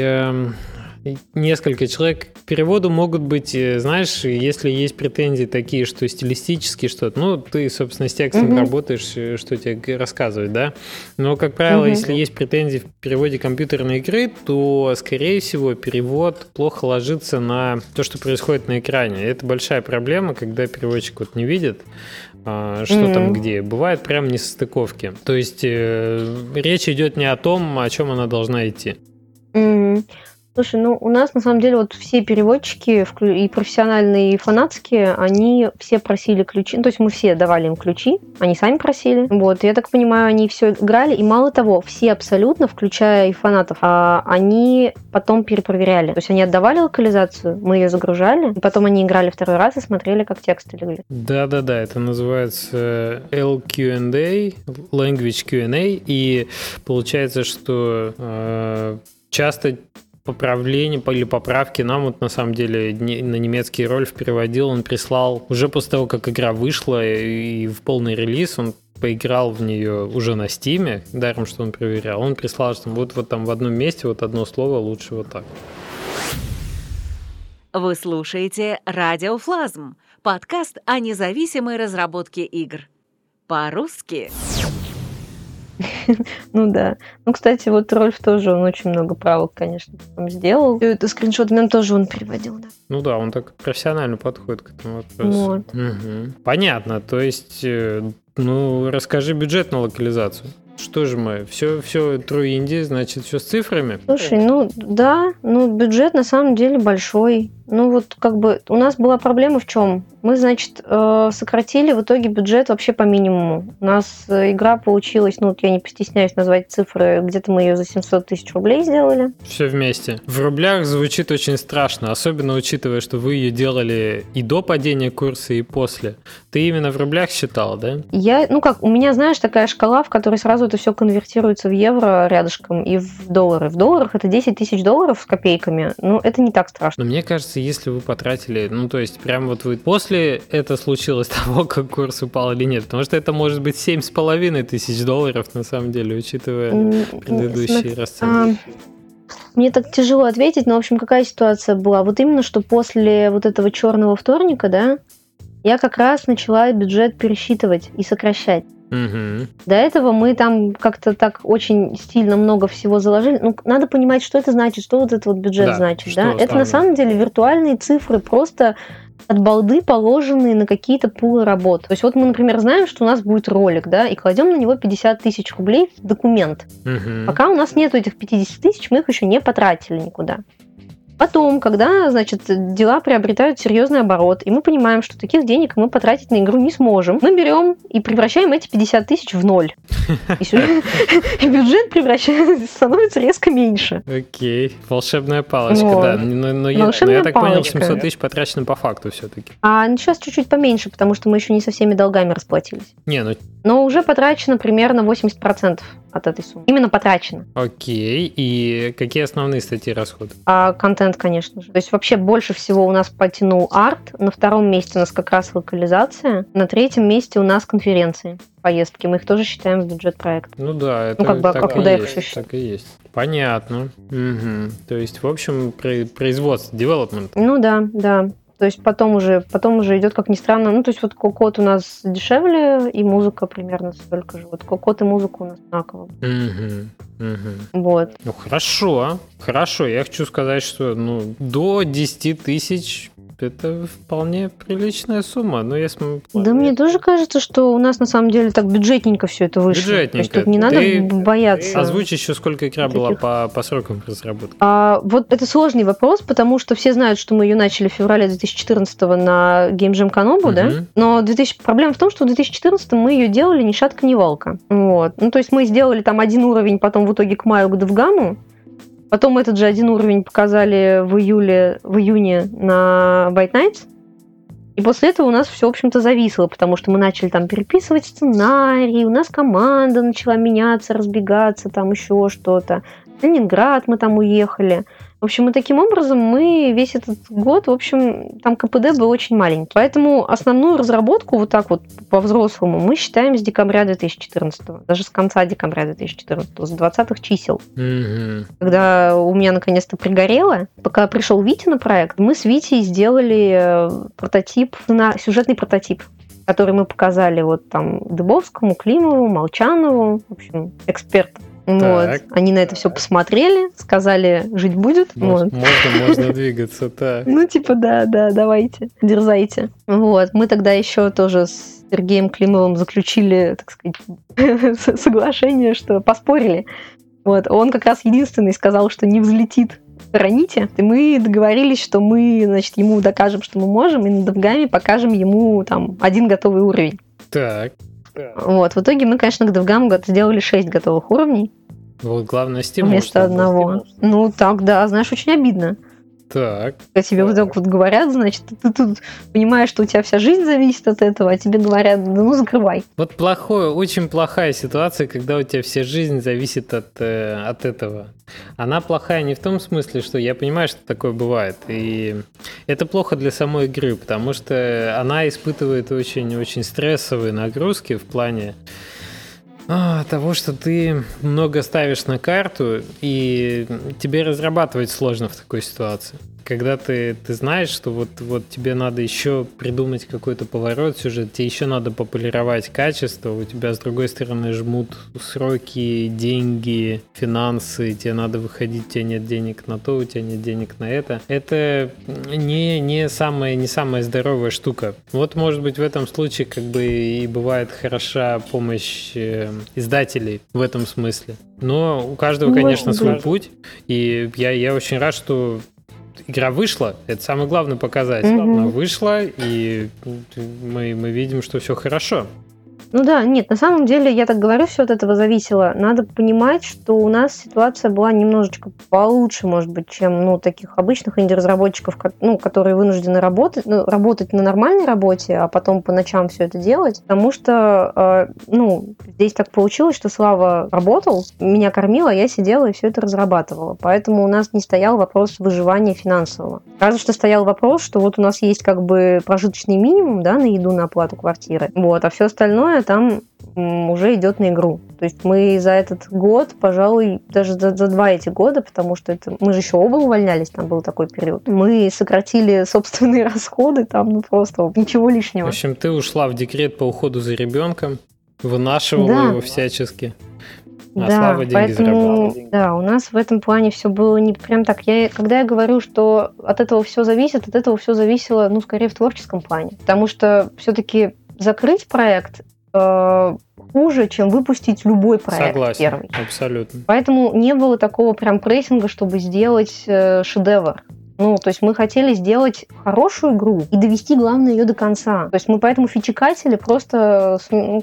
несколько человек, к переводу могут быть, знаешь, если есть претензии такие, что стилистические что-то, ну, ты, собственно, с текстом работаешь, что тебе рассказывать, да? Но, как правило, если есть претензии в переводе компьютерной игры, то, скорее всего, перевод плохо ложится на то, что происходит на экране. Это большая проблема, когда переводчик вот не видит, что там где. Бывает прям несостыковки. То есть речь идет не о том, о чем она должна идти. Слушай, ну у нас на самом деле вот все переводчики, и профессиональные, и фанатские, они все просили ключи. Ну, то есть мы все давали им ключи, они сами просили. Вот, я так понимаю, они все играли. И мало того, все абсолютно, включая и фанатов, они потом перепроверяли. То есть они отдавали локализацию, мы ее загружали, и потом они играли второй раз и смотрели, как тексты легли. Да-да-да, это называется LQ&A, Language Q&A, и получается, что часто поправления или поправки нам вот на самом деле на немецкий Рольф переводил, он прислал уже после того, как игра вышла и в полный релиз, он поиграл в нее уже на Стиме, даром, что он проверял, он прислал, что вот там в одном месте вот одно слово лучше вот так. Вы слушаете «Радио Флазм», подкаст о независимой разработке игр. По-русски. Ну да. Ну, кстати, вот Рольф тоже, он очень много правок, конечно, там сделал. Это скриншот нам тоже он переводил, да. Ну да, он так профессионально подходит к этому вопросу. Вот. Угу. Понятно, то есть, расскажи бюджет на локализацию. Что же мы, все True Indie, значит, все с цифрами? Слушай, бюджет на самом деле большой. Ну вот как бы у нас была проблема в чем? Мы, значит, сократили в итоге бюджет вообще по минимуму. У нас игра получилась, я не постесняюсь назвать цифры, где-то мы ее за 700 тысяч рублей сделали. Все вместе. В рублях звучит очень страшно, особенно учитывая, что вы ее делали и до падения курса, и после. Ты именно в рублях считала, да? У меня, знаешь, такая шкала, в которой сразу это все конвертируется в евро рядышком и в доллары. В долларах это 10 тысяч долларов с копейками. Это не так страшно. Но мне кажется, если вы потратили, прям вот вы после это случилось того, как курс упал или нет, потому что это может быть 7,5 тысяч долларов на самом деле, учитывая предыдущие расценки. Мне так тяжело ответить, но, в общем, какая ситуация была? Вот именно, что после вот этого черного вторника, да, я как раз начала бюджет пересчитывать и сокращать. Угу. До этого мы там как-то так очень стильно много всего заложили. Надо понимать, что это значит, что вот этот вот бюджет значит. Да? Это на самом деле виртуальные цифры, просто от балды положенные на какие-то пулы работ. То есть вот мы, например, знаем, что у нас будет ролик, да, и кладем на него 50 тысяч рублей в документ. Угу. Пока у нас нету этих 50 тысяч, мы их еще не потратили никуда. Потом, когда, значит, дела приобретают серьезный оборот, и мы понимаем, что таких денег мы потратить на игру не сможем, мы берем и превращаем эти 50 тысяч в ноль. И бюджет становится резко меньше. Окей, волшебная палочка, да. Но я так понял, 700 тысяч потрачено по факту все-таки. А сейчас чуть-чуть поменьше, потому что мы еще не со всеми долгами расплатились. Но уже потрачено примерно 80% от этой суммы. Именно потрачено. Окей. И какие основные статьи расходов? Контент, конечно же. То есть вообще больше всего у нас потянул арт. На втором месте у нас как раз локализация. На третьем месте у нас конференции, поездки. Мы их тоже считаем в бюджет проекта. Ну да, это куда их еще считать? Так и есть. Понятно. Угу. То есть, в общем, производство, development. Ну да. То есть потом уже идет, как ни странно, то есть вот код у нас дешевле, и музыка примерно столько же. Вот код и музыка у нас одинаково. Вот. Ну хорошо. Я хочу сказать, что до 10 тысяч это вполне приличная сумма. Но да, мне тоже кажется, что у нас на самом деле так бюджетненько все это вышло. Бюджетненько. То есть тут не надо бояться. Озвучь еще, сколько игра была по срокам разработки. Вот это сложный вопрос, потому что все знают, что мы ее начали в феврале 2014 на Game Jam Canobу, да? Но проблема в том, что в 2014 мы ее делали ни шатка, ни валка. Вот. То есть мы сделали там один уровень, потом в итоге к маю, к Девгаму. Потом этот же один уровень показали в июне на White Nights. И после этого у нас все, в общем-то, зависло, потому что мы начали там переписывать сценарий, у нас команда начала меняться, разбегаться, там еще что-то. В Ленинград мы там уехали. В общем, и таким образом мы весь этот год, в общем, там КПД был очень маленький. Поэтому основную разработку вот так вот по-взрослому мы считаем с декабря 2014, даже с конца декабря 2014, с 20-х чисел. Когда у меня наконец-то пригорело, пока пришел Витя на проект, мы с Витей сделали сюжетный прототип, который мы показали вот там Дыбовскому, Климову, Молчанову, в общем, экспертам. Вот. Они на это все посмотрели, сказали, жить будет. Можно двигаться, так. Да, давайте, дерзайте. Вот. Мы тогда еще тоже с Сергеем Климовым заключили, так сказать, соглашение, что поспорили. Вот. Он как раз единственный сказал, что не взлетит стороните. И мы договорились, что мы, значит, ему докажем, что мы можем, и на DevGam покажем ему там 1 готовый уровень. Так. Вот, в итоге мы, конечно, к DevGam сделали 6 готовых уровней. Вот главное стимул. Вместо одного. Ну, так, да, знаешь, очень обидно. Так. Когда тебе вот так вот говорят, значит, ты тут понимаешь, что у тебя вся жизнь зависит от этого, а тебе говорят, да ну закрывай. Вот очень плохая ситуация, когда у тебя вся жизнь зависит от этого. Она плохая не в том смысле, что я понимаю, что такое бывает. И это плохо для самой игры, потому что она испытывает очень-очень стрессовые нагрузки в плане того, что ты много ставишь на карту, и тебе разрабатывать сложно в такой ситуации. Когда ты знаешь, что вот тебе надо еще придумать какой-то поворот сюжета, тебе еще надо пополировать качество, у тебя с другой стороны жмут сроки, деньги, финансы, тебе надо выходить, у тебя нет денег на то, у тебя нет денег на это. Это не самая здоровая штука. Вот, может быть, в этом случае как бы и бывает хороша помощь издателей в этом смысле. Но у каждого, конечно, свой путь, и я очень рад, что игра вышла, это самый главный показатель. Она вышла, и мы видим, что все хорошо. Ну да, нет, на самом деле, я так говорю, все от этого зависело. Надо понимать, что у нас ситуация была немножечко получше, может быть, чем таких обычных инди-разработчиков, которые вынуждены работать на нормальной работе, а потом по ночам все это делать. Потому что, здесь так получилось, что Слава работал, меня кормил, а я сидела и все это разрабатывала. Поэтому у нас не стоял вопрос выживания финансового. Разве что стоял вопрос, что вот у нас есть как бы прожиточный минимум, да, на еду, на оплату квартиры, а все остальное там уже идет на игру. То есть мы за этот год, пожалуй, даже за 2 эти года, потому что мы же еще оба увольнялись, там был такой период, мы сократили собственные расходы, там просто ничего лишнего. В общем, ты ушла в декрет по уходу за ребенком, вынашивала его всячески. Слава деньги заработала. Да, у нас в этом плане все было не прям так. Когда я говорю, что от этого все зависит, от этого все зависело, скорее в творческом плане. Потому что все-таки закрыть проект хуже, чем выпустить любой проект. Согласен, первый. Абсолютно. Поэтому не было такого прям прессинга, чтобы сделать шедевр. То есть мы хотели сделать хорошую игру и довести, главное, ее до конца. То есть мы поэтому фичекатили просто,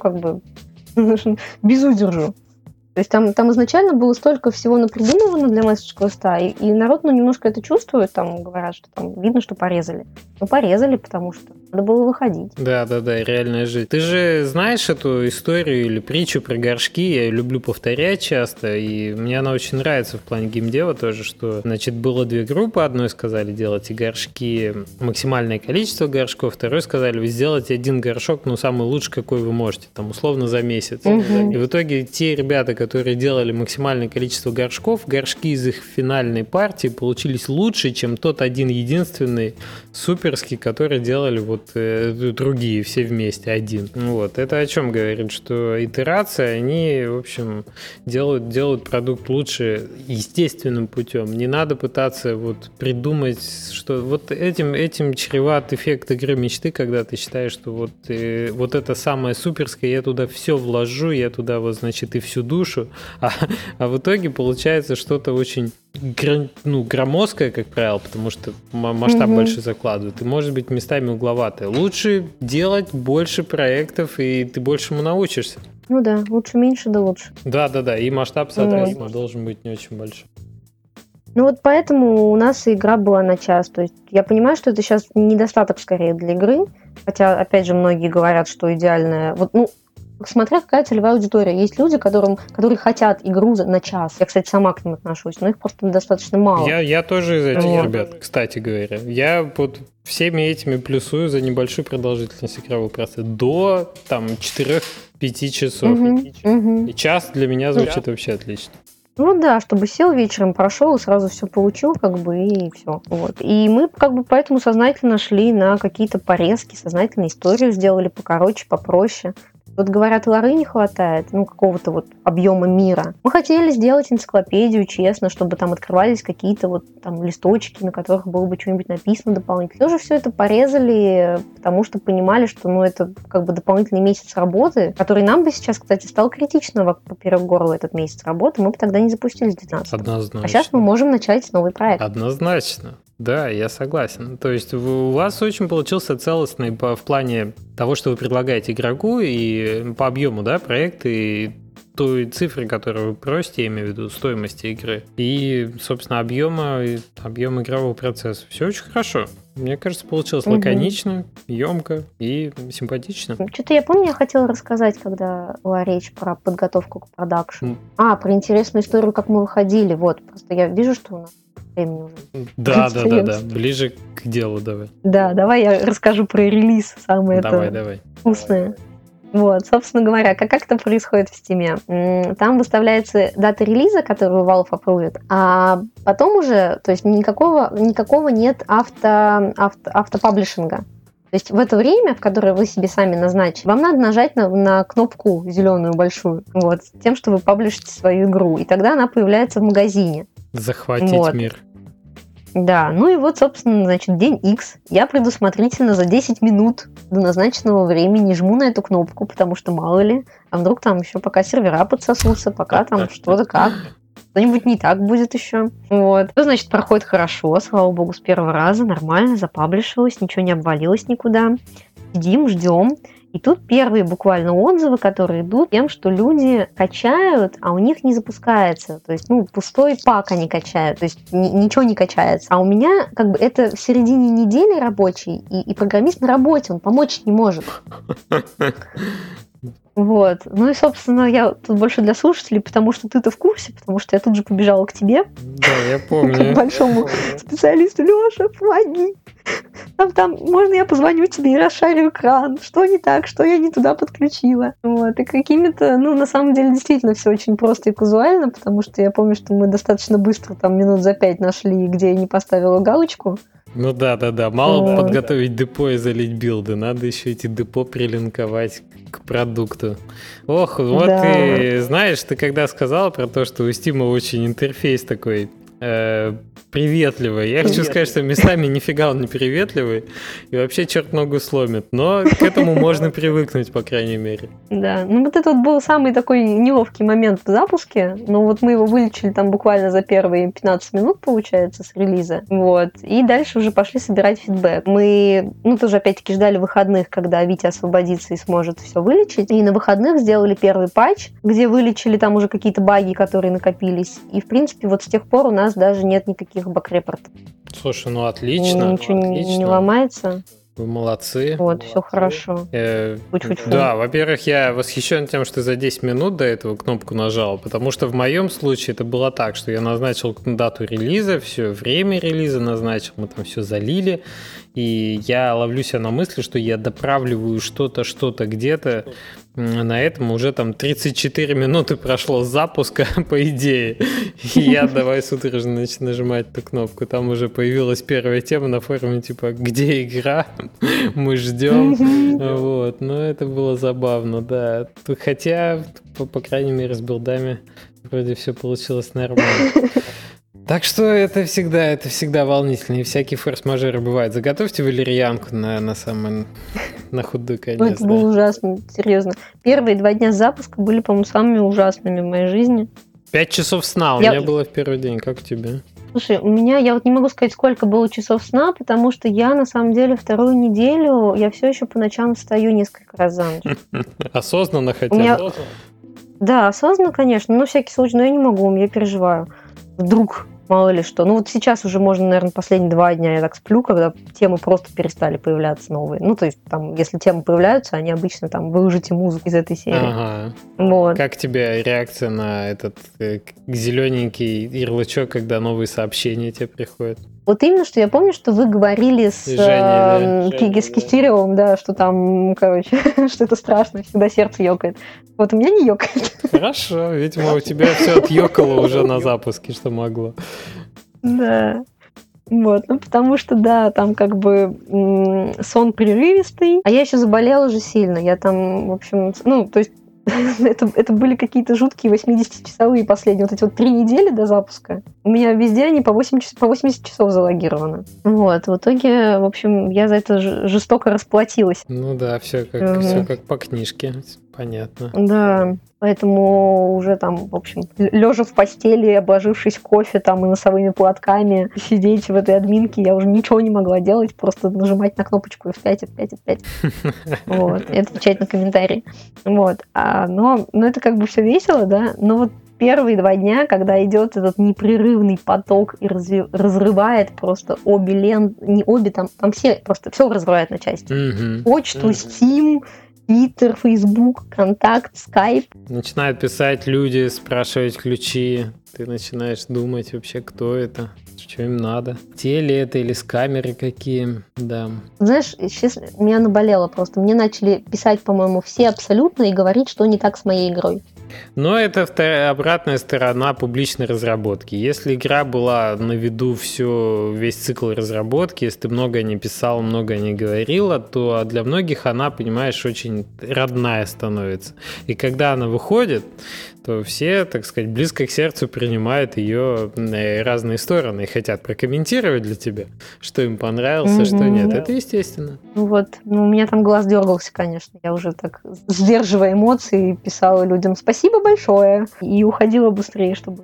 без удержу. То есть там изначально было столько всего напридумывано для месседж-квеста, и народ немножко это чувствует, там говорят, что там видно, что порезали. Порезали, потому что надо было выходить. Да, реальная жизнь. Ты же знаешь эту историю или притчу про горшки, я ее люблю повторять часто, и мне она очень нравится в плане геймдева тоже, что, значит, было 2 группы, одной сказали делайте горшки, максимальное количество горшков, второй сказали, вы сделайте 1 горшок, самый лучший, какой вы можете, там, условно, за месяц. И в итоге те ребята, которые делали максимальное количество горшков, горшки из их финальной партии получились лучше, чем тот один-единственный суперский, который делали другие все вместе, один. Это о чем говорит, что итерации, они, в общем, делают продукт лучше естественным путем. Не надо пытаться придумать, что этим чреват эффект игры мечты, когда ты считаешь, что это самое суперское, я туда все вложу, я туда и всю душу, а в итоге получается что-то очень громоздкое, как правило, потому что масштаб больше закладывает, и может быть местами угловатое. Лучше делать больше проектов, и ты большему научишься. Да, лучше меньше, да лучше. Да, и масштаб, соответственно, должен быть не очень большой. Поэтому у нас и игра была на час. То есть я понимаю, что это сейчас недостаток скорее для игры, хотя, опять же, многие говорят, что идеальная... Смотря какая целевая аудитория. Есть люди, которые хотят игру на час. Я, кстати, сама к ним отношусь, но их просто достаточно мало. Я тоже из этих ребят, кстати говоря. Я под всеми этими плюсую за небольшую продолжительность игрового процесса. До 4-5 часов. И час для меня звучит вообще отлично. Чтобы сел вечером, прошел и сразу все получил, и все. И мы поэтому сознательно шли на какие-то порезки, сознательно историю сделали покороче, попроще. Вот говорят, лоры не хватает, какого-то вот объема мира. Мы хотели сделать энциклопедию, честно, чтобы там открывались какие-то вот там листочки, на которых было бы что-нибудь написано дополнительно. Тоже все это порезали, потому что понимали, что это как бы дополнительный месяц работы, который нам бы сейчас, кстати, стал критично поперек горла этот месяц работы, мы бы тогда не запустили с 19. Однозначно. А сейчас мы можем начать новый проект. Однозначно. Да, я согласен. То есть у вас очень получился целостный в плане того, что вы предлагаете игроку, и по объему, да, проекта, и той цифры, которую вы просите, я имею в виду стоимости игры, и, собственно, объема игрового процесса. Все очень хорошо. Мне кажется, получилось лаконично, емко и симпатично. Что-то я помню, я хотела рассказать, когда была речь про подготовку к продакшну. Про интересную историю, как мы выходили. Вот, просто я вижу, что у нас времени уже. Да. Ближе к делу давай. Да, давай я расскажу про релиз, самое Давай. вкусное. Вот, собственно говоря, как это происходит в Steam? Там выставляется дата релиза, которую Valve аппровит, а потом уже, то есть никакого нет автопаблишинга. То есть в это время, в которое вы себе сами назначили, вам надо нажать на кнопку зеленую большую, вот, с тем, что вы паблишите свою игру, и тогда она появляется в магазине. Захватить мир. Да, и вот, собственно, значит, день X. Я предусмотрительно за 10 минут до назначенного времени жму на эту кнопку, потому что мало ли, а вдруг там еще пока сервера подсосутся, пока там что-то как, что-нибудь не так будет еще. Вот. Что значит проходит хорошо, слава богу, с первого раза, нормально, запаблишилось, ничего не обвалилось никуда. Сидим, ждем. И тут первые буквально отзывы, которые идут тем, что люди качают, а у них не запускается. То есть, пустой пак они качают, то есть ничего не качается. А у меня как бы это в середине недели рабочий, и программист на работе, он помочь не может. Вот. И, собственно, я тут больше для слушателей, потому что ты-то в курсе, потому что я тут же побежала к тебе. Да, я помню. К большому специалисту. Леша, помоги. Там, можно я позвоню тебе и расшарю экран? Что не так? Что я не туда подключила? Вот. И какими-то, на самом деле, действительно все очень просто и казуально, потому что я помню, что мы достаточно быстро, минут за 5 нашли, где я не поставила галочку. Да. Мало подготовить депо и залить билды. Надо еще эти депо прилинковать к продукту. Ох, вот да. И знаешь, ты когда сказала про то, что у Steam очень интерфейс такой приветливый. Я хочу сказать, что местами нифига он не приветливый и вообще черт ногу сломит. Но к этому можно привыкнуть, по крайней мере. Да, вот это вот был самый такой неловкий момент в запуске. Но вот мы его вылечили там буквально за первые 15 минут, получается, с релиза. Вот. И дальше уже пошли собирать фидбэк. Мы, тоже опять-таки ждали выходных, когда Витя освободится и сможет все вылечить. И на выходных сделали первый патч, где вылечили там уже какие-то баги, которые накопились. И, в принципе, вот с тех пор у нас даже нет никаких баг-репортов. Слушай, отлично. Ничего не ломается. Вы молодцы. Вот, все хорошо. Да, во-первых, я восхищен тем, что за 10 минут до этого кнопку нажал, потому что в моем случае это было так, что я назначил дату релиза, все время релиза назначил, мы там все залили, и я ловлю себя на мысли, что я доправливаю что-то где-то, на этом уже там 34 минуты прошло с запуска, по идее. И я давай судорожно нажимать эту кнопку. Там уже появилась первая тема на форуме, типа, где игра? Мы ждем. Вот. Но это было забавно, да. Хотя, по крайней мере, с билдами вроде все получилось нормально. Так что это всегда волнительно, и всякие форс-мажоры бывают. Заготовьте валерьянку на худой конец. Это было ужасно, серьезно. Первые 2 дня запуска были, по-моему, самыми ужасными в моей жизни. 5 часов сна у меня было в первый день. Как у тебя? Слушай, я вот не могу сказать, сколько было часов сна, потому что я, на самом деле, 2-ю неделю, я все еще по ночам встаю несколько раз за ночь. Осознанно хотя бы? Да, осознанно, конечно, но всякий случай, но я не могу, я переживаю. Вдруг мало ли что. Вот сейчас уже можно, наверное, последние 2 дня я так сплю, когда темы просто перестали появляться новые. То есть, там, если темы появляются, они обычно там выложите музыку из этой серии. Ага. Вот. Как тебе реакция на этот зелененький ярлычок, когда новые сообщения тебе приходят? Вот именно, что я помню, что вы говорили с Кистеревым, да, что там, что это страшно, всегда сердце ёкает. Вот у меня не ёкает. Хорошо, видимо, у тебя все отъёкало уже на запуске, что могло. Да. Вот, ну потому что, да, там как бы сон прерывистый, а я еще заболела уже сильно, я там, в общем, ну, то есть это были какие-то жуткие 80-часовые последние, вот эти вот 3 недели до запуска. У меня везде они по 80 часов залогированы. Вот, в итоге, в общем, я за это жестоко расплатилась. Ну да, все как по книжке, понятно. Да, поэтому уже там, в общем, лежа в постели, обложившись кофе там и носовыми платками, сидеть в этой админке, я уже ничего не могла делать, просто нажимать на кнопочку F5, F5, F5. Вот, и отвечать на комментарии. Вот, но это как бы все весело, да, но вот первые 2 дня, когда идет этот непрерывный поток и разрывает просто обе ленты, не обе, там все, просто все разрывает на части. Почту, Steam, Твиттер, Фейсбук, Контакт, Скайп. Начинают писать люди, спрашивать ключи. Ты начинаешь думать вообще, кто это, что им надо. Те ли это или с камеры какие, да. Знаешь, сейчас меня наболело просто. Мне начали писать, по-моему, все абсолютно и говорить, что не так с моей игрой. Но это обратная сторона публичной разработки. Если игра была на виду весь цикл разработки, если ты много не писал, много не говорила, то для многих она, понимаешь, очень родная становится. И когда она выходит, то все, так сказать, близко к сердцу принимают ее разные стороны и хотят прокомментировать для тебя, что им понравилось, что нет. Это естественно. Ну вот, у меня там глаз дергался, конечно. Я уже так, сдерживая эмоции, писала людям спасибо большое и уходила быстрее, чтобы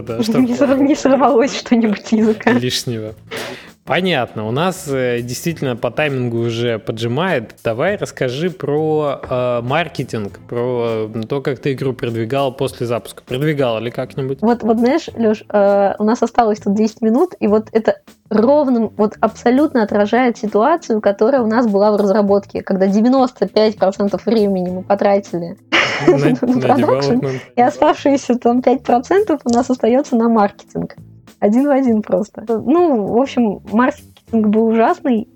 не сорвалось что-нибудь с языка. Лишнего. Понятно. У нас действительно по таймингу уже поджимает. Давай расскажи про маркетинг, про то, как ты игру продвигала после запуска. Продвигала ли как-нибудь? Вот знаешь, Лёш, у нас осталось тут 10 минут, и вот это ровно, вот абсолютно отражает ситуацию, которая у нас была в разработке, когда 95% времени мы потратили на продакшн, и оставшиеся там 5% у нас остается на маркетинг. 1 в 1 просто. Ну, в общем, маркетинг был ужасный.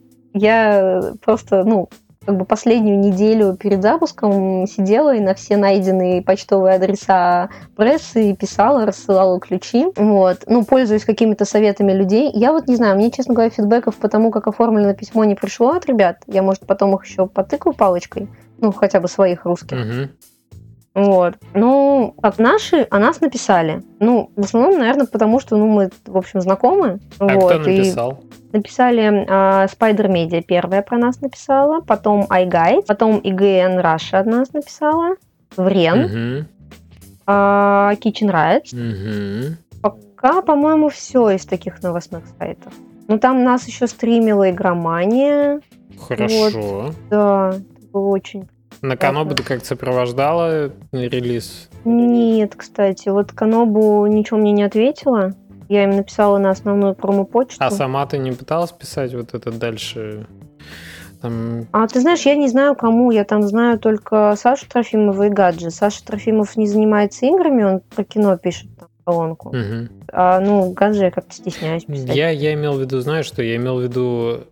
Я просто, как бы последнюю неделю перед запуском сидела и на все найденные почтовые адреса прессы писала, рассылала ключи. Вот. Пользуясь какими-то советами людей. Я вот не знаю, мне, честно говоря, фидбэков по тому, как оформлено письмо, не пришло от ребят. Я, может, потом их еще потыкаю палочкой. Хотя бы своих русских. Вот. Как наши, о нас написали. В основном, наверное, потому что, мы, в общем, знакомы. А кто написал? И написали Spider Media первая про нас написала, потом iGuide, потом IGN Russia от нас написала, Врен, Kitchen Rights. Пока, по-моему, все из таких новостных сайтов. Там нас еще стримила Игромания. Хорошо. Вот. Да, это было очень... На Канобу ты как-то сопровождала релиз? Нет, кстати. Вот Канобу ничего мне не ответила. Я им написала на основную промо-почту. А сама ты не пыталась писать вот это дальше? Там... Ты знаешь, я не знаю кому. Я там знаю только Сашу Трофимова и Гаджи. Саша Трофимов не занимается играми, он про кино пишет там колонку. Гаджи я как-то стесняюсь писать. Я имел в виду, знаешь что? Я имел в виду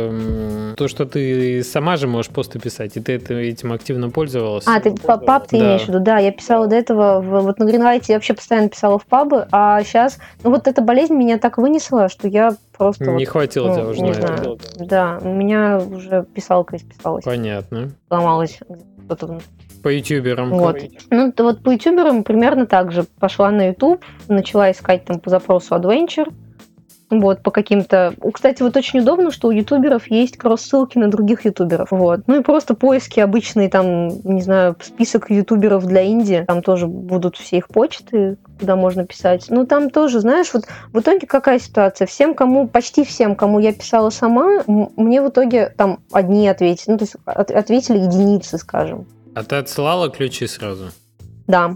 то, что ты сама же можешь посты писать, и ты этим активно пользовалась. Ты паб ты имеешь в виду? Да, я писала до этого, вот на Greenlight я вообще постоянно писала в пабы, а сейчас, вот эта болезнь меня так вынесла, что я просто... Не хватило тебя уже, наверное. Да, у меня уже писалка исписалась. Понятно. Сломалась что-то. По ютуберам. Вот. По ютуберам примерно так же. Пошла на YouTube, начала искать там по запросу Adventure. Вот, по каким-то... Кстати, вот очень удобно, что у ютуберов есть кросс-ссылки на других ютуберов. Вот. И просто поиски обычные, там, не знаю, список ютуберов для Индии. Там тоже будут все их почты, куда можно писать. Там тоже, знаешь, вот в итоге какая ситуация? Почти всем, кому я писала сама, мне в итоге там одни ответили. То есть ответили единицы, скажем. А ты отсылала ключи сразу? Да.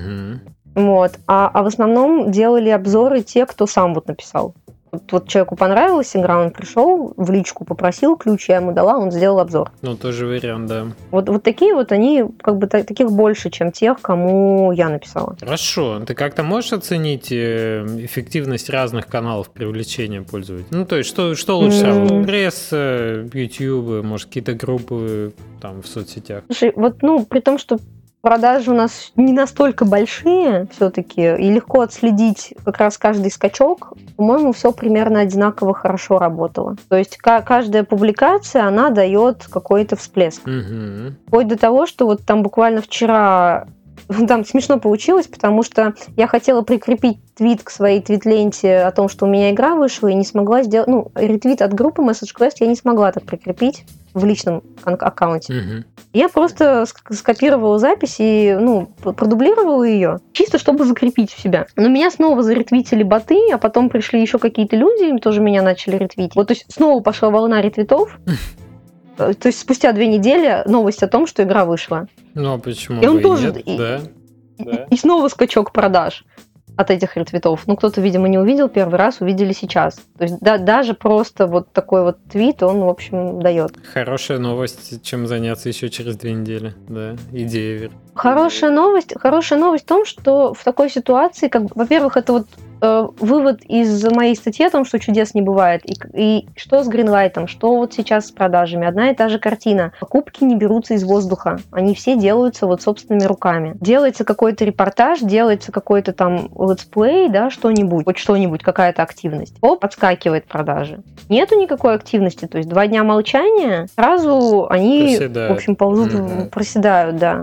Вот. А в основном делали обзоры те, кто сам вот написал. Вот человеку понравилась игра, он пришел в личку, попросил ключ, я ему дала, он сделал обзор. Тоже вариант, да. Вот такие вот они, как бы таких больше, чем тех, кому я написала. Хорошо. Ты как-то можешь оценить эффективность разных каналов привлечения пользователей? То есть, что лучше сразу? Пресса, YouTube, может, какие-то группы там в соцсетях? Слушай, при том, что продажи у нас не настолько большие все-таки, и легко отследить как раз каждый скачок. По-моему, все примерно одинаково хорошо работало. То есть каждая публикация, она дает какой-то всплеск. Угу. Вплоть до того, что вот там буквально вчера... Там смешно получилось, потому что я хотела прикрепить твит к своей твит-ленте о том, что у меня игра вышла, и не смогла сделать... Ну, ретвит от группы Message Quest я не смогла так прикрепить в личном аккаунте. Угу. Я просто скопировала запись и, продублировала ее, чисто чтобы закрепить в себя. Но меня снова заретвитили боты, а потом пришли еще какие-то люди, и тоже меня начали ретвитить. Вот, то есть снова пошла волна ретвитов. То есть спустя 2 недели новость о том, что игра вышла. Ну, а почему И он бы тоже... и нет? Да. И снова скачок продаж от этих ретвитов. Ну, кто-то, видимо, не увидел первый раз, увидели сейчас. То есть даже просто вот такой вот твит, он, в общем, дает. Хорошая новость, чем заняться еще через 2 недели. Да, идея верна. Хорошая новость в том, что в такой ситуации, во-первых, это вот вывод из моей статьи о том, что чудес не бывает. И что с Greenlight, что вот сейчас с продажами. Одна и та же картина. Покупки не берутся из воздуха. Они все делаются вот собственными руками. Делается какой-то репортаж, делается какой-то там летсплей, да, что-нибудь, хоть что-нибудь, какая-то активность. Оп, подскакивает продажи. Нету никакой активности, то есть 2 дня молчания, сразу они, проседают. В общем, ползут, проседают, да.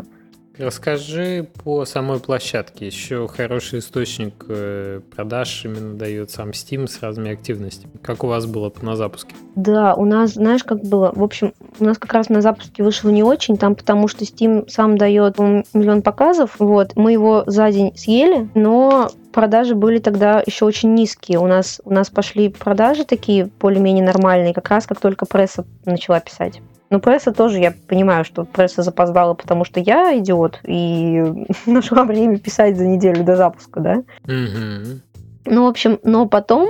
Расскажи по самой площадке. Еще хороший источник продаж именно дает сам Steam с разными активностями. Как у вас было на запуске? Да, у нас, знаешь, как было? В общем, у нас как раз на запуске вышло не очень, там потому что Steam сам дает 1 миллион показов. Вот, мы его за день съели, но продажи были тогда еще очень низкие. У нас пошли продажи такие более-менее нормальные, как раз как только пресса начала писать. Но пресса тоже, я понимаю, что пресса запоздала, потому что я идиот и нашла время писать за неделю до запуска, да? Угу. Ну, в общем, но потом,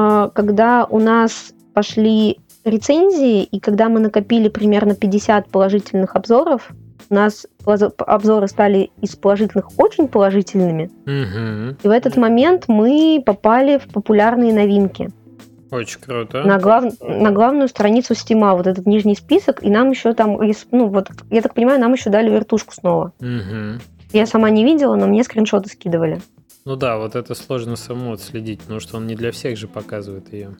когда у нас пошли рецензии, и когда мы накопили примерно 50 положительных обзоров, у нас обзоры стали из положительных очень положительными, и в этот момент мы попали в популярные новинки. Очень круто. На главную страницу Steam, вот этот нижний список, и нам еще там, я так понимаю, нам еще дали вертушку снова. Угу. Я сама не видела, но мне скриншоты скидывали. Ну да, вот это сложно самому отследить, потому что он не для всех же показывает ее.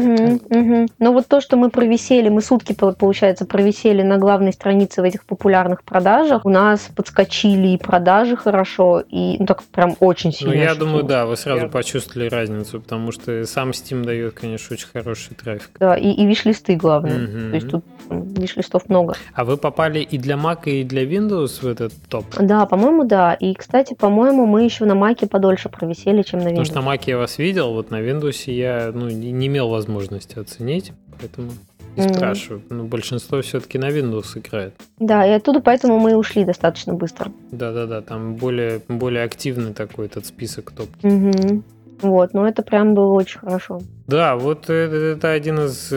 Но вот то, что мы провисели, мы сутки, получается, провисели на главной странице в этих популярных продажах, у нас подскочили и продажи хорошо, и так прям очень сильно. Ну, я думаю, да, вы сразу почувствовали разницу, потому что сам Steam дает, конечно, очень хороший трафик. Да, и виш-листы, главное. То есть тут виш-листов много. А вы попали и для Mac, и для Windows в этот топ? Да, по-моему, да. И, кстати, по-моему, мы еще на Mac подольше провисели, чем на Windows. Потому что на Mac я вас видел, вот на Windows я не имел возможности оценить, поэтому и спрашиваю. Но большинство все-таки на Windows играет. Да, и оттуда поэтому мы и ушли достаточно быстро. Да-да-да, там более активный такой этот список топ. Вот, но это прям было очень хорошо. Да, вот это один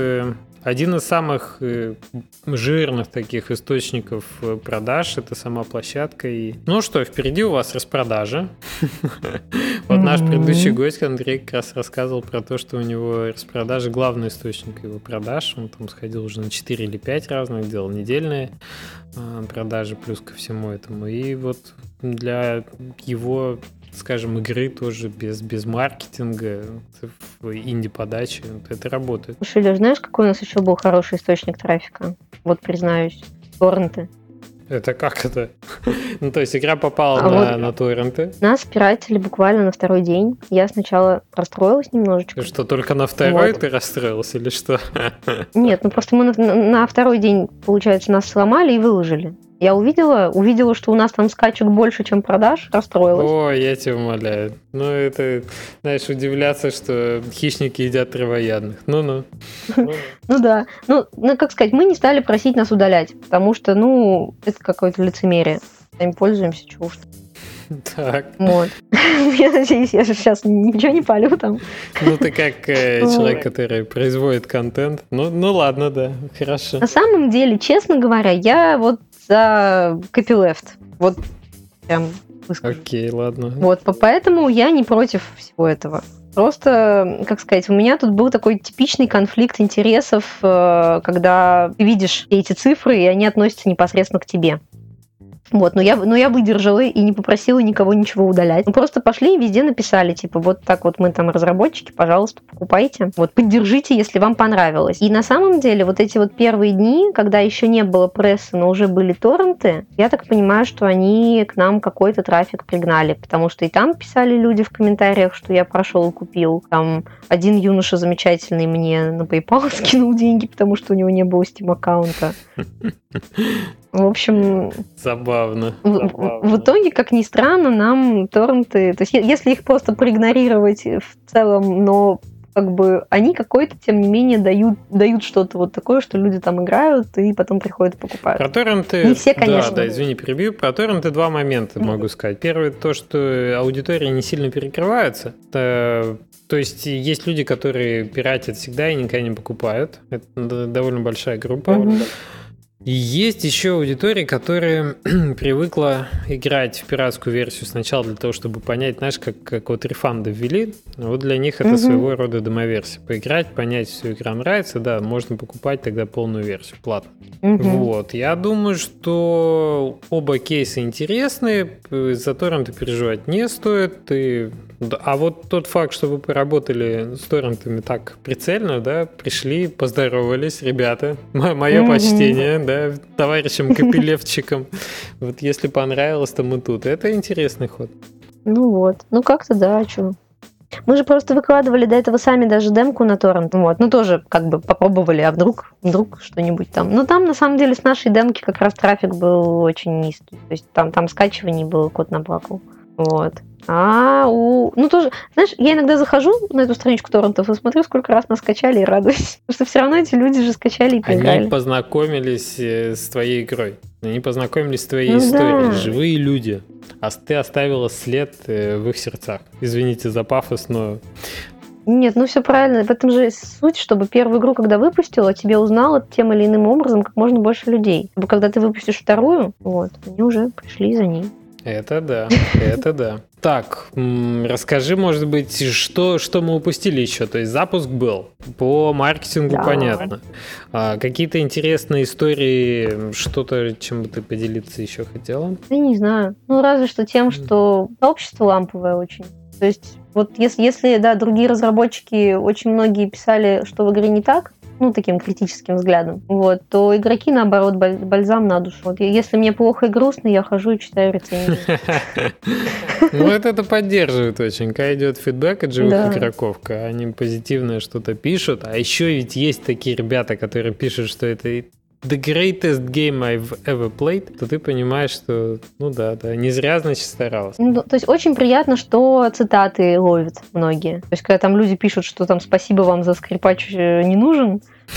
из самых жирных таких источников продаж, это сама площадка. Ну что, впереди у вас распродажа. Вот наш предыдущий гость Андрей как раз рассказывал про то, что у него распродажа главный источник его продаж. Он там сходил уже на 4 или 5 разных, делал недельные продажи плюс ко всему этому. И вот для его, скажем, игры тоже без маркетинга, в инди-подаче, это работает. Слушай, Лёш, знаешь, какой у нас еще был хороший источник трафика? Вот признаюсь, торренты. Это как это? Ну, то есть игра попала на торренты? Нас пиратили буквально на 2-й день. Я сначала расстроилась немножечко. Ты что, только на 2-й ты расстроилась или что? Нет, просто мы на 2-й день, получается, нас сломали и выложили. Я увидела, что у нас там скачек больше, чем продаж, расстроилась. Ой, я тебя умоляю. Ну, это, знаешь, удивляться, что хищники едят травоядных. Ну-ну. Ну да. Ну, как сказать, мы не стали просить нас удалять, потому что, это какое-то лицемерие. Сами пользуемся, чего уж. Так. Вот. Я надеюсь, я же сейчас ничего не палю там. Ну, ты как человек, который производит контент. Ну ладно, да, хорошо. На самом деле, честно говоря, я вот за copyleft. Вот прям выскажу. Окей, ладно. Вот, поэтому я не против всего этого. Просто, как сказать, у меня тут был такой типичный конфликт интересов, когда ты видишь эти цифры, и они относятся непосредственно к тебе. Вот, но я выдержала и не попросила никого ничего удалять. Мы просто пошли и везде написали, типа, вот так вот мы там разработчики, пожалуйста, покупайте. Вот, поддержите, если вам понравилось. И на самом деле вот эти вот первые дни, когда еще не было прессы, но уже были торренты, я так понимаю, что они к нам какой-то трафик пригнали, потому что и там писали люди в комментариях, что я прошел и купил. Там один юноша замечательный мне на PayPal скинул деньги, потому что у него не было Steam аккаунта. В общем... Забавно. В итоге, как ни странно, нам торренты... То есть, если их просто проигнорировать в целом, но как бы они какой-то, тем не менее, дают что-то вот такое, что люди там играют и потом приходят и покупают. Про торренты... Не все, конечно. Да, извини, перебью. Про торренты два момента могу сказать. Первый, то, что аудитория не сильно перекрывается. То есть люди, которые пиратят всегда и никогда не покупают. Это довольно большая группа. И есть еще аудитория, которая привыкла играть в пиратскую версию сначала для того, чтобы понять, знаешь, как вот рефанды ввели. Вот для них это своего рода демоверсия. Поиграть, понять, что игра нравится, да, можно покупать тогда полную версию, платно. Вот. Я думаю, что оба кейса интересные, за торренты переживать не стоит. А вот тот факт, что вы поработали с торрентами так прицельно, да, пришли, поздоровались, ребята, мое почтение, да, товарищам-копилевчикам. Вот если понравилось, то мы тут. Это интересный ход. Ну вот, ну как-то да, что. Мы же просто выкладывали до этого сами даже демку на торрент, вот, ну тоже как бы попробовали, а вдруг что-нибудь там. Но там на самом деле с нашей демки как раз трафик был очень низкий, то есть там скачиваний было, кот наплакал, вот. Ну тоже, знаешь, я иногда захожу на эту страничку торрентов и смотрю, сколько раз нас скачали и радуюсь. Потому что все равно эти люди же скачали и поиграли. Они познакомились с твоей игрой. Они познакомились с твоей историей. Да. Живые люди. А ты оставила след в их сердцах. Извините за пафос, но... Нет, ну все правильно. В этом же суть, чтобы первую игру, когда выпустила, тебе узнало тем или иным образом как можно больше людей. Чтобы когда ты выпустишь вторую, вот, они уже пришли за ней. Это да, это да. Так, расскажи, может быть, что мы упустили еще? То есть запуск был, по маркетингу понятно. Какие-то интересные истории, что-то, чем бы ты поделиться еще хотела? Я не знаю. Ну, разве что тем, что сообщество ламповое очень. То есть, вот если да, другие разработчики, очень многие писали, что в игре не так, ну, таким критическим взглядом, вот, то игроки, наоборот, бальзам на душу. Вот, если мне плохо и грустно, я хожу и читаю рецензии. Ну, это поддерживает очень. Когда идет фидбэк от живых игроков, когда они позитивное что-то пишут, а еще ведь есть такие ребята, которые пишут, что это the greatest game I've ever played, то ты понимаешь, что, ну да, не зря, значит, старалась. Ну, то есть очень приятно, что цитаты ловят многие. То есть когда там люди пишут, что там спасибо вам за скрипач не нужен,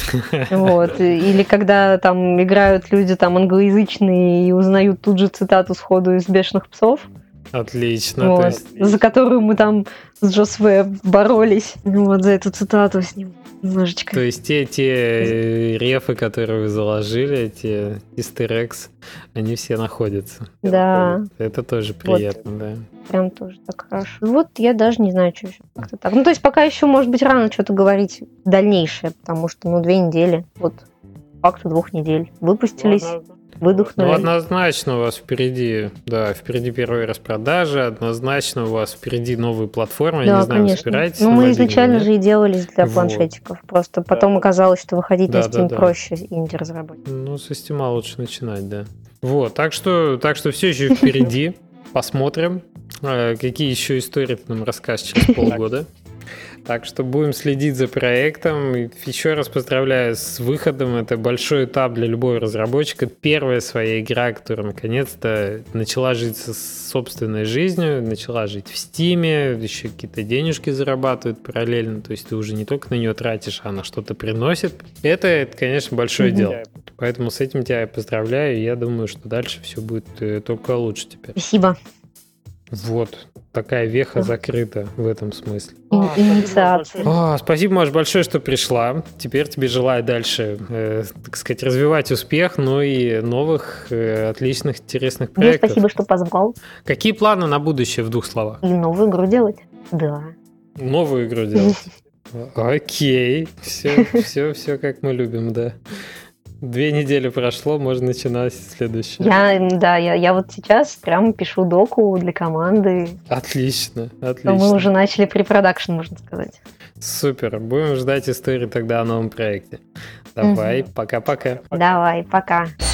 вот, или когда там играют люди там англоязычные и узнают тут же цитату сходу из «Бешеных псов». Отлично. Вот, то есть... за которую мы там с Джосуэ боролись. Вот за эту цитату с ним немножечко. То есть те рефы, которые вы заложили, эти easter eggs, они все находятся. Да. Это тоже приятно, вот. Да. Прям тоже так хорошо. Вот я даже не знаю, что еще. Как-то так. Ну, то есть пока еще, может быть, рано что-то говорить дальнейшее, потому что, 2 недели. Вот, по факту 2 недель. Выпустились. Выдохнули. Ну, однозначно у вас впереди первые распродажи, однозначно у вас впереди новые платформы, я не знаю, конечно. Собираетесь. Ну, мы изначально же и делались для планшетиков, просто потом оказалось, что выходить на Steam проще инди-разработчикам. Ну, со Steam лучше начинать, да. Вот, так что все еще впереди, посмотрим, какие еще истории ты нам расскажешь через полгода. Так что будем следить за проектом. Еще раз поздравляю с выходом. Это большой этап для любого разработчика. Первая своя игра, которая наконец-то начала жить собственной жизнью, начала жить в Steam, еще какие-то денежки зарабатывает параллельно. То есть ты уже не только на нее тратишь, а она что-то приносит. Это конечно, большое дело. Поэтому с этим тебя я поздравляю. И я думаю, что дальше все будет только лучше теперь. Спасибо. Вот. Такая веха закрыта в этом смысле. Инициация. Спасибо, Маш, большое, что пришла. Теперь тебе желаю дальше, так сказать, развивать успех, но и новых, отличных, интересных проектов. Спасибо, что позвал. Какие планы на будущее в 2 словах? И новую игру делать. Да. Новую игру делать? Окей. Все как мы любим, да. 2 недели прошло, можно начинать следующее. Я вот сейчас прямо пишу доку для команды. Отлично. Мы уже начали препродакшн, можно сказать. Супер. Будем ждать истории тогда о новом проекте. Давай, пока-пока. Давай, пока.